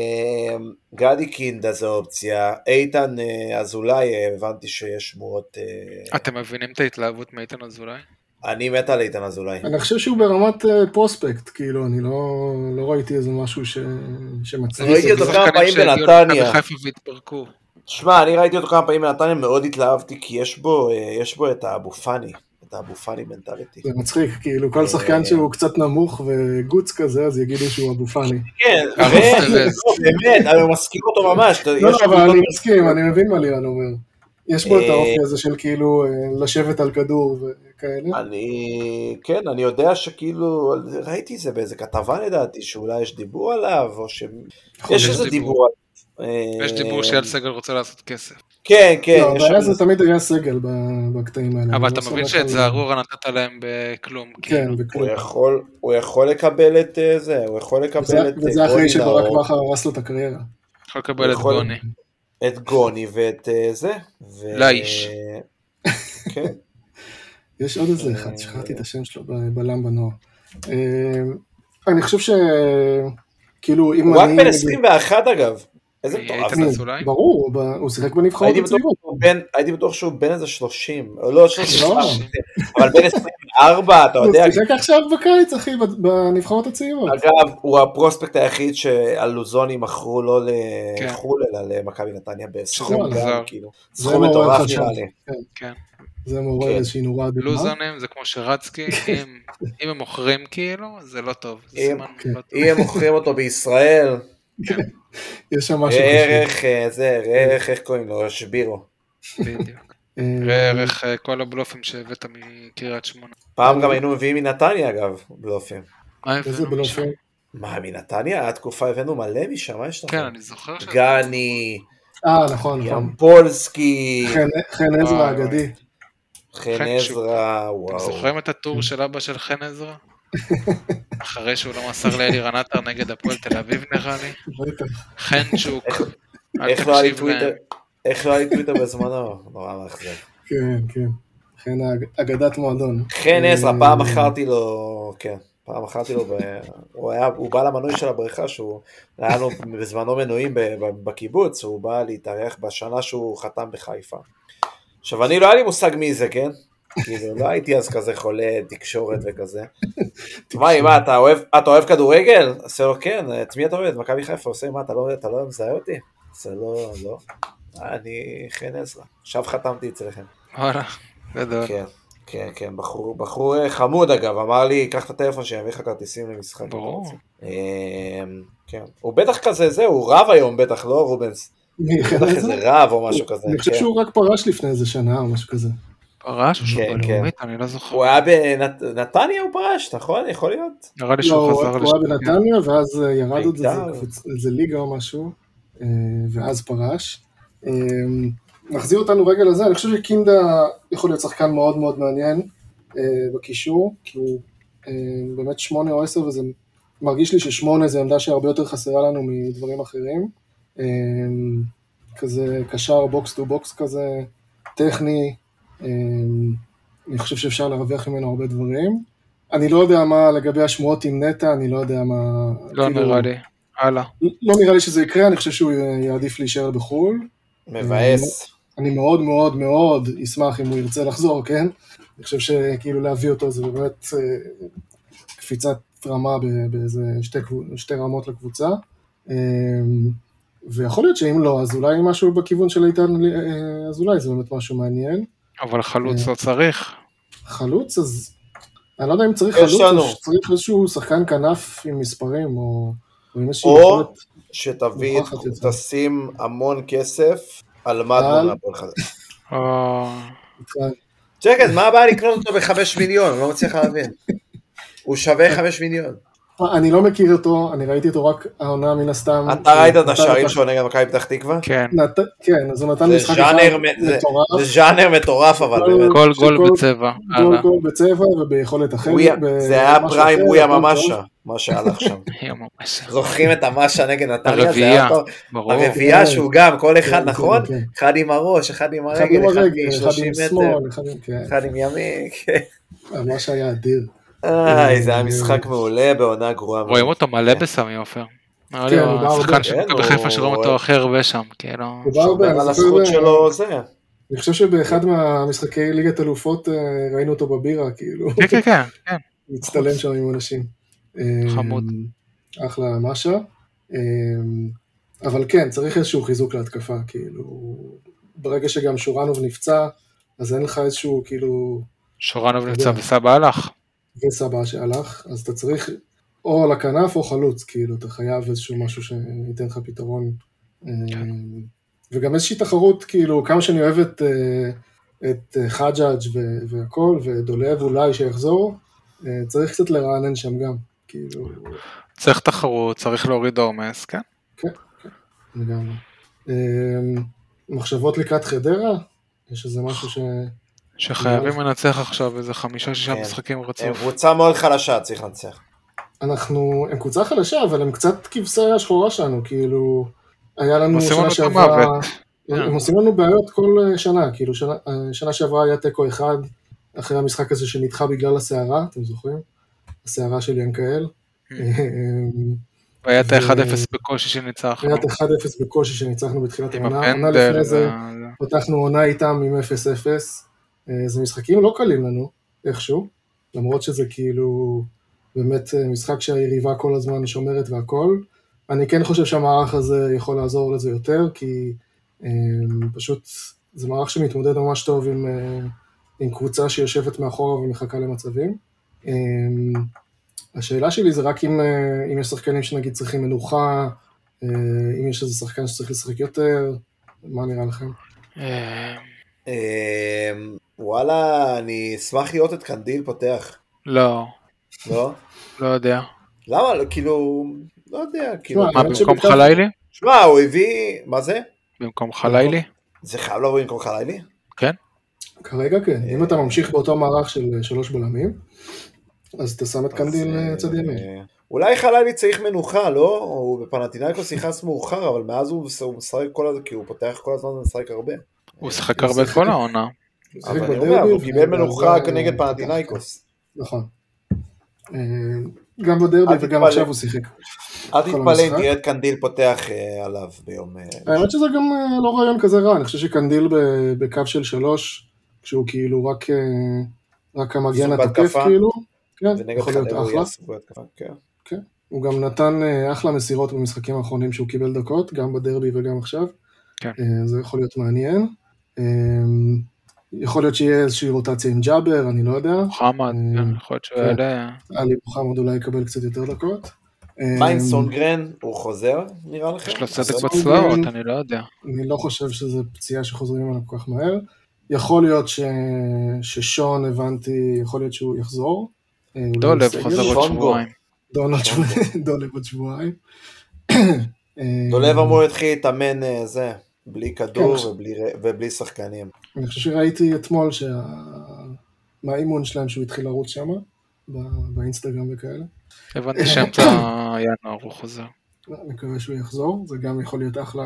גדי קינדה זה אופציה, איתן אזולאי, הבנתי שיש שמועות... אתם מבינים את ההתלהבות מאיתן אזולאי? אני מת על איתן אזולאי. אני חושב שהוא ברמת פרוספקט, כאילו, אני לא ראיתי איזה משהו שמצליח. ראיתי אותו כמה פעמים בנתניה. והתפרקו. שמע, אני ראיתי אותו כמה פעמים בנתניה, מאוד התלהבתי, כי יש בו, יש בו את האבו פאני. את האבו פאני מנטליטי. זה מצחיק, כאילו כל שחקן שהוא קצת נמוך וגוץ כזה, אז יגידו שהוא אבו פאני. כן, באמת, אני מסכים אותו ממש. לא, אבל אני מסכים, אני מבין מה לירן אומר. יש בו את האופי הזה של כאילו לשבת על כדור וכאלה. אני, כן, אני יודע שכאילו, ראיתי זה באיזה כתבה לדעתי, שאולי יש דיבור עליו, או ש... יש איזה דיבור עליו. יש דיבור שאל סגל רוצה לעשות כסף. כן, כן. לא, הבעיה זה תמיד היה סגל בקטעים האלה. אבל אתה מבין שאת זערורה נתת להם בכלום. כן, בכלום. הוא יכול לקבל את זה, הוא יכול לקבל את... וזה אחרי שברק בכר הרס לו את הקריירה. יכול לקבל את גוני. את גוני ואת זה. לאיש. כן. יש עוד איזה אחד, שכחתי את השם שלו בלם בנוער. אני חושב ש... כאילו, אם הוא רק בן עשרים ואחת אגב. איזה מטורף. ברור, הוא שיחק בנבחרות הצעירות. הייתי בטוח שהוא בן איזה שלושים, לא שלושים, אבל בן עשרים וארבע, אתה יודע. הוא שיחק עכשיו בקיץ, אחי, בנבחרות הצעירות. אגב, הוא הפרוספקט היחיד שהלוזוני מכרו לא לחול, אלא למכבי נתניה בסכום גם, כאילו. סכום מטורף נראה לי. כן. זה מעורר איזושהי נורא אדומה. לוזונים זה כמו שרצקי, אם הם מוכרים כאילו, זה לא טוב. אם הם מוכרים אותו בישראל, יש שם משהו ערך, זה, ערך, איך קוראים לו, שבירו. בדיוק. ערך כל הבלופים שהבאת מקריית שמונה. פעם גם היינו מביאים מנתניה אגב, בלופים. איזה בלופים? מה, מנתניה? התקופה הבאנו מלא משם, מה יש לך? כן, אני זוכר. גני, אה, נכון, ימפולסקי. חן עזרא אגדי. חן עזרא, וואו. זוכרים את הטור של אבא של חן עזרא? אחרי שהוא לא מסר לאלי רנטר נגד הפועל תל אביב נראה לי. חנצ'וק. איך לא היה לי טוויטר בזמנו? נורא מאכזב. כן, כן. חן אגדת מועדון. חן עזרא, פעם אחרתי לו, כן. פעם אחרתי לו, הוא בא למנוי של הבריכה, שהוא היה לו בזמנו מנויים בקיבוץ, הוא בא להתארח בשנה שהוא חתם בחיפה. עכשיו, אני לא היה לי מושג מי זה, כן? כאילו, לא הייתי אז כזה חולה תקשורת וכזה. מה, מה, אתה אוהב, אתה אוהב כדורגל? עושה לו, כן, את מי אתה אוהב? מכבי חיפה, עושה, מה, אתה לא, אתה לא מזהה אותי? עושה, לא, לא. אני חן עזרא. עכשיו חתמתי אצלכם. וואלה, גדול. כן, כן, כן, בחור, בחור חמוד אגב, אמר לי, קח את הטלפון שיביא לך כרטיסים למשחק. ברור. כן, הוא בטח כזה, זה, הוא רב היום בטח, לא רובנס? בטח איזה רב או משהו כזה. אני חושב שהוא רק פרש לפני איזה שנה או משהו כזה. פרש או שהוא בלאומית? אני לא זוכר. הוא היה בנתניה, הוא פרש, נכון? יכול להיות? נראה לי שהוא חזר לשם. הוא היה בנתניה, ואז ירד עוד איזה ליגה או משהו, ואז פרש. נחזיר אותנו רגע לזה, אני חושב שקינדה יכול להיות שחקן מאוד מאוד מעניין בקישור, כי הוא באמת שמונה או עשר, וזה מרגיש לי ששמונה זה עמדה שהרבה יותר חסרה לנו מדברים אחרים. כזה קשר בוקס טו בוקס כזה, טכני, אני חושב שאפשר להרוויח ממנו הרבה דברים. אני לא יודע מה לגבי השמועות עם נטה, אני לא יודע מה... לא נראה לי, הלאה. לא נראה לי שזה יקרה, אני חושב שהוא יעדיף להישאר בחול. מבאס. אני מאוד מאוד מאוד אשמח אם הוא ירצה לחזור, כן? אני חושב שכאילו להביא אותו זה באמת קפיצת רמה באיזה שתי רמות לקבוצה. ויכול להיות שאם לא, אז אולי משהו בכיוון של איתן, אז אולי זה באמת משהו מעניין. אבל חלוץ לא צריך. חלוץ, אז אני לא יודע אם צריך חלוץ, או צריך איזשהו שחקן כנף עם מספרים, או עם איזושהי... או שתביא, תשים המון כסף על מדמון הפועל חדש. צ'קד, מה הבעיה לקנות אותו בחמש מיליון? אני לא מצליח להבין. הוא שווה חמש מיליון. אני לא מכיר אותו, אני ראיתי אותו רק העונה מן הסתם. אתה ראית את השערים שלו נגד מכבי פתח תקווה? כן. כן, אז הוא נתן משחק אחד מטורף. זה ז'אנר מטורף, אבל באמת. כל גול בצבע. כל גול בצבע וביכולת אחרת. זה היה פריים וויה ממשה, מה שהלך שם. זוכרים את המשה נגד נתניה? הרביעייה. הרביעיה שהוא גם, כל אחד נכון? אחד עם הראש, אחד עם הרגל, אחד מ-שלושים מטר, אחד עם ימין. מה שהיה אדיר. איי, זה היה משחק מעולה בעונה גרועה. רואים אותו מלא בסמי עופר. השחקן שמתוק בחיפה שרואים אותו הכי הרבה שם. שומר על הזכות שלו זה. אני חושב שבאחד מהמשחקי ליגת אלופות ראינו אותו בבירה, כאילו. כן, כן, כן. מצטלם שם עם אנשים. חמוד. אחלה משה. אבל כן, צריך איזשהו חיזוק להתקפה, כאילו. ברגע שגם שורנוב נפצע, אז אין לך איזשהו, כאילו... שורנוב נפצע וסבא הלך. וסבא שהלך, אז אתה צריך או לכנף או חלוץ, כאילו, אתה חייב איזשהו משהו שייתן לך פתרון. וגם איזושהי תחרות, כאילו, כמה שאני אוהב את, את חג'אג' והכל, ודולב אולי שיחזור, צריך קצת לרענן שם גם, כאילו... צריך תחרות, צריך להוריד עומס, כן? כן, כן, לגמרי. מחשבות לקראת חדרה? יש איזה משהו ש... שחייבים לנצח עכשיו איזה חמישה שישה משחקים רצוף. הם קבוצה מאוד חלשה, צריך לנצח. אנחנו, הם קבוצה חלשה, אבל הם קצת כבשה השחורה שלנו, כאילו, היה לנו שנה שעברה, הם עושים לנו בעיות כל שנה, כאילו, שנה שעברה היה טקו אחד, אחרי המשחק הזה שנדחה בגלל הסערה, אתם זוכרים? הסערה של ינקאל. והיה את ה-אחד אפס בקושי שניצחנו. היה את ה-אחד אפס בקושי שניצחנו בתחילת העונה. עונה לפני זה, פתחנו עונה איתם עם אפס אפס. זה משחקים לא קלים לנו, איכשהו, למרות שזה כאילו באמת משחק שהיריבה כל הזמן שומרת והכל. אני כן חושב שהמערך הזה יכול לעזור לזה יותר, כי פשוט זה מערך שמתמודד ממש טוב עם, עם קבוצה שיושבת מאחורה ומחכה למצבים. השאלה שלי זה רק אם, אם יש שחקנים שנגיד צריכים מנוחה, אם יש איזה שחקן שצריך לשחק יותר, מה נראה לכם? וואלה, אני אשמח לראות את קנדיל פותח. לא. לא? לא יודע. למה? כאילו, לא יודע. מה, במקום חלילי? שמע, הוא הביא, מה זה? במקום חלילי? זה חייב לבוא במקום חלילי? כן. כרגע כן. אם אתה ממשיך באותו מערך של שלוש בלמים, אז אתה שם את קנדיל צד ימין. אולי חלילי צריך מנוחה, לא? הוא בפנתינייקוס נכנס מאוחר, אבל מאז הוא משחק כל הזמן, כי הוא פותח כל הזמן ומשחק הרבה. הוא שחק הרבה את כל העונה. אבל אני אומר, הוא קיבל מנוחה כנגד פנתינייקוס. נכון. גם בדרבי וגם עכשיו הוא שיחק. אל תתפלא אם תראה את קנדיל פותח עליו ביום... האמת שזה גם לא רעיון כזה רע, אני חושב שקנדיל בקו של שלוש, כשהוא כאילו רק המגן התקף כאילו, יכול להיות אחלה. כן, הוא גם נתן אחלה מסירות במשחקים האחרונים שהוא קיבל דקות, גם בדרבי וגם עכשיו. זה יכול להיות מעניין. יכול להיות שיהיה איזושהי רוטציה עם ג'אבר, אני לא יודע. מוחמד, יכול להיות שהוא יעלה. אלי מוחמד אולי יקבל קצת יותר דקות. מה עם סונגרן? הוא חוזר, נראה לכם? יש לו סדק בצלעות, אני לא יודע. אני לא חושב שזו פציעה שחוזרים ממנה כל כך מהר. יכול להיות ששון, הבנתי, יכול להיות שהוא יחזור. דולב חוזר עוד שבועיים. דולב עוד שבועיים. דולב אמור להתחיל להתאמן זה. בלי כדור ובלי שחקנים. אני חושב שראיתי אתמול מהאימון שלהם שהוא התחיל לרוץ שם, באינסטגרם וכאלה. הבנתי שאמצע ינואר הוא חוזר. אני מקווה שהוא יחזור, זה גם יכול להיות אחלה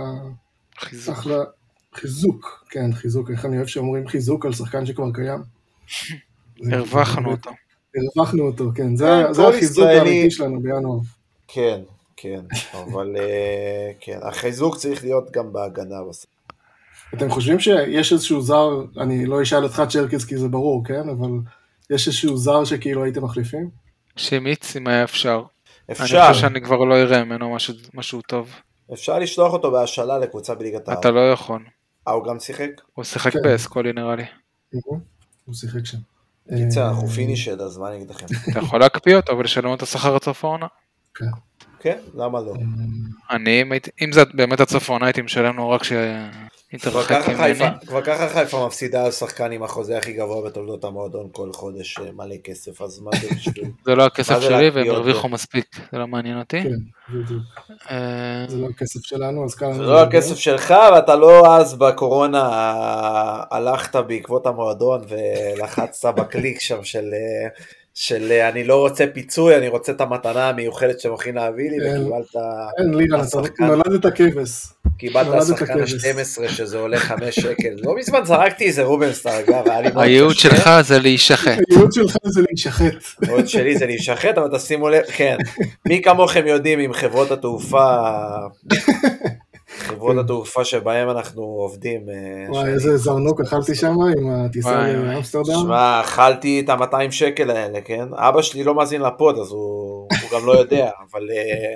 חיזוק. כן, חיזוק, איך אני אוהב שאומרים חיזוק על שחקן שכבר קיים. הרווחנו אותו. הרווחנו אותו, כן, זה החיזוק האמיתי שלנו בינואר. כן. כן, אבל כן, החיזוק צריך להיות גם בהגנה בסוף. אתם חושבים שיש איזשהו זר, אני לא אשאל אותך צ'רקיס כי זה ברור, כן? אבל יש איזשהו זר שכאילו הייתם מחליפים? שמיץ, אם היה אפשר. אפשר. אני חושב שאני כבר לא אראה ממנו משהו, משהו טוב. אפשר לשלוח אותו בהשאלה לקבוצה בליגת העל. אתה לא יכול. אה, הוא גם שיחק? הוא שיחק כן. באסקולי נראה לי. הוא שיחק שם. קיצר, אנחנו פינישד, אז מה אני אגיד לכם? אתה יכול להקפיא אותו ולשלם את השכר עד סוף העונה. כן. כן, למה לא? אני, אם זה באמת הצפון, הייתי משלם לו רק שהתרחק ממני. כבר ככה חיפה מפסידה על שחקן עם החוזה הכי גבוה בתולדות המועדון כל חודש מלא כסף, אז מה זה בשביל? זה לא הכסף שלי והם הרוויחו מספיק, זה לא מעניין אותי. כן, בדיוק. זה לא הכסף שלנו, אז כאן... זה לא הכסף שלך, ואתה לא אז בקורונה הלכת בעקבות המועדון ולחצת בקליק שם של... של אני לא רוצה פיצוי, אני רוצה את המתנה המיוחדת שהם הולכים להביא לי, וקיבלת... אין לירה, נולדת כבש. קיבלת שחקן ה-שתים עשרה שזה עולה חמש שקל. לא מזמן זרקתי איזה רובנסטר, אגב, הייעוד שלך זה להישחט. הייעוד שלך זה להישחט. הייעוד שלי זה להישחט, אבל תשימו לב, כן. מי כמוכם יודעים עם חברות התעופה... חברות התעופה שבהם אנחנו עובדים. וואי, איזה זרנוק אכלתי שם עם הטיסה לאמסטרדם. שמע, אכלתי את ה-מאתיים שקל האלה, כן? אבא שלי לא מאזין לפוד, אז הוא גם לא יודע, אבל...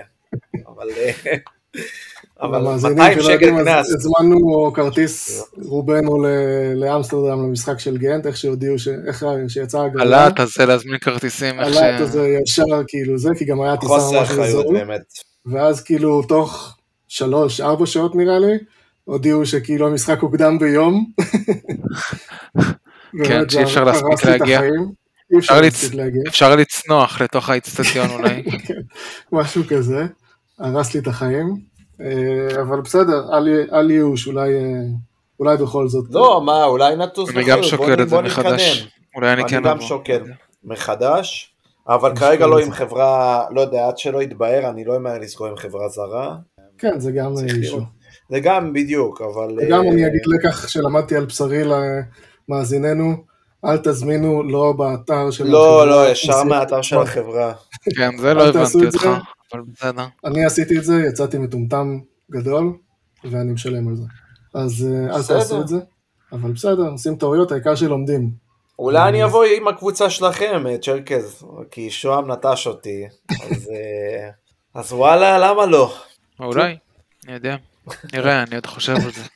אבל מאתיים שקל קנס. הזמנו כרטיס רובנו לאמסטרדם למשחק של גנט, איך שהודיעו שיצא הגרלה. עלת, אז זה להזמין כרטיסים. עלת, אז זה ישר כאילו זה, כי גם היה טיסה ממש לזור. ואז כאילו תוך... שלוש, ארבע שעות נראה לי, הודיעו שכאילו המשחק הוקדם ביום. כן, שאי אפשר להספיק להגיע. אפשר לצנוח לתוך האצטדיון אולי. משהו כזה, הרס לי את החיים. אבל בסדר, אל ייאוש, אולי בכל זאת. לא, מה, אולי נטוס בחול. אני גם שוקל את זה מחדש. אולי אני כן אבוא. אני גם שוקל מחדש. אבל כרגע לא עם חברה, לא יודע, עד שלא יתבהר, אני לא אמר לסגור עם חברה זרה. כן, זה גם אישו. זה גם בדיוק, אבל... וגם אני אגיד לקח שלמדתי על בשרי למאזיננו, אל תזמינו לא באתר של החברה. לא, לא, ישר מהאתר של החברה. כן, זה לא הבנתי אותך, אבל בסדר. אני עשיתי את זה, יצאתי מטומטם גדול, ואני משלם על זה. אז אל תעשו את זה, אבל בסדר, עושים טעויות, העיקר שלומדים. אולי אני אבוא עם הקבוצה שלכם, צ'רקז, כי שוהם נטש אותי, אז וואלה, למה לא? אולי, אני יודע, נראה, אני עוד חושב על זה.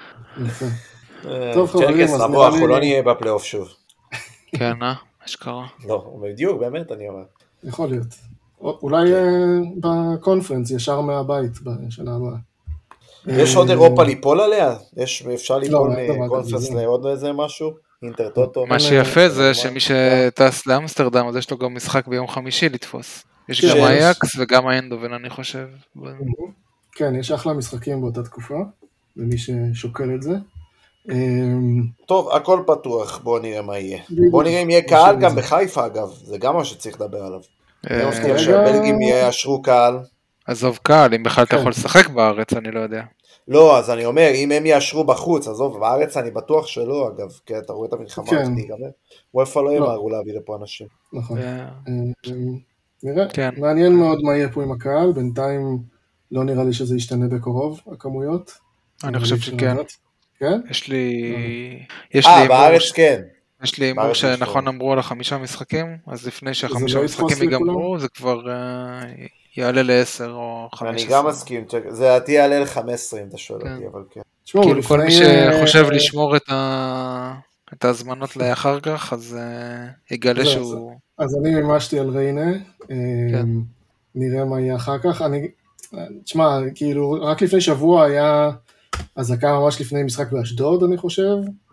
טוב חברים, אז נבוא, אנחנו לא נהיה בפלייאוף שוב. כן, אה? אשכרה. לא, בדיוק, באמת, אני אומר. יכול להיות. אולי בקונפרנס, ישר מהבית, בשנה הבאה. יש עוד אירופה ליפול עליה? אפשר ליפול מקונפרנס לעוד איזה משהו? אינטר טוטו? מה שיפה זה שמי שטס לאמסטרדם, אז יש לו גם משחק ביום חמישי לתפוס. יש גם אייקס וגם האנדובן, אני חושב. כן, יש אחלה משחקים באותה תקופה, למי ששוקל את זה. טוב, הכל פתוח, בואו נראה מה יהיה. בואו נראה אם יהיה קהל גם בחיפה, אגב, זה גם מה שצריך לדבר עליו. אני מבטיח שהבלגים יאשרו קהל. עזוב קהל, אם בכלל אתה יכול לשחק בארץ, אני לא יודע. לא, אז אני אומר, אם הם יאשרו בחוץ, עזוב, בארץ אני בטוח שלא, אגב, כי אתה רואה את המלחמה, וופא לא ימהרו להביא לפה אנשים. נכון. נראה, מעניין מאוד מה יהיה פה עם הקהל, בינתיים לא נראה לי שזה ישתנה בקרוב, הכמויות. אני חושב שכן. כן? יש לי... אה, בארץ כן. יש לי אימור שנכון אמרו על החמישה משחקים, אז לפני שהחמישה משחקים ייגמרו, זה כבר יעלה ל-עשר או חמש עשרה. אני גם מסכים, זה יעלה ל-חמש עשרה אם אתה שואל אותי, אבל כן. כאילו כל מי שחושב לשמור את ההזמנות לאחר כך, אז יגלה שהוא... אז אני מימשתי על ריינה, נראה מה יהיה אחר כך. אני, תשמע, כאילו, רק לפני שבוע היה אזעקה ממש לפני משחק באשדוד, אני חושב.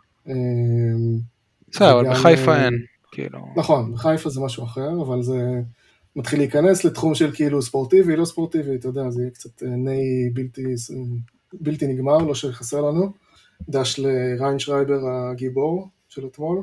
בסדר, אבל בחיפה אין, כאילו. נכון, בחיפה זה משהו אחר, אבל זה מתחיל להיכנס לתחום של כאילו ספורטיבי, לא ספורטיבי, אתה יודע, זה יהיה קצת נאי בלתי, בלתי נגמר, לא שחסר לנו. דש לריינשרייבר הגיבור של אתמול.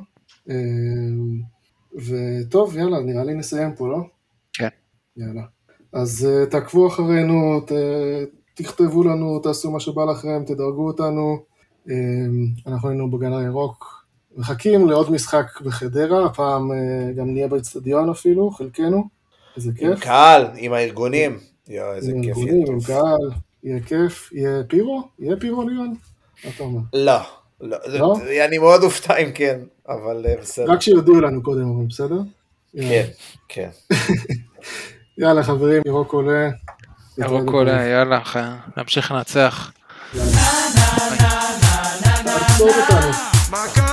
וטוב, יאללה, נראה לי נסיים פה, לא? כן. יאללה. אז uh, תעקבו אחרינו, ת, תכתבו לנו, תעשו מה שבא לכם, תדרגו אותנו. Um, אנחנו היינו בגן הירוק. מחכים לעוד משחק בחדרה, הפעם uh, גם נהיה באצטדיון אפילו, חלקנו. איזה כיף. עם קהל, עם הארגונים. יו, איזה כיף יהיה טוב. עם קהל, יהיה כיף. יהיה פירו? יהיה פירו ליון? מה אתה אומר? לא. לא, לא? זה, אני מאוד אופתע אם כן, אבל בסדר. רק שיודעו לנו קודם, אבל בסדר? כן, כן. יאללה חברים, ירוק עולה. ירוק עולה, יאללה, נמשיך לנצח. יאללה.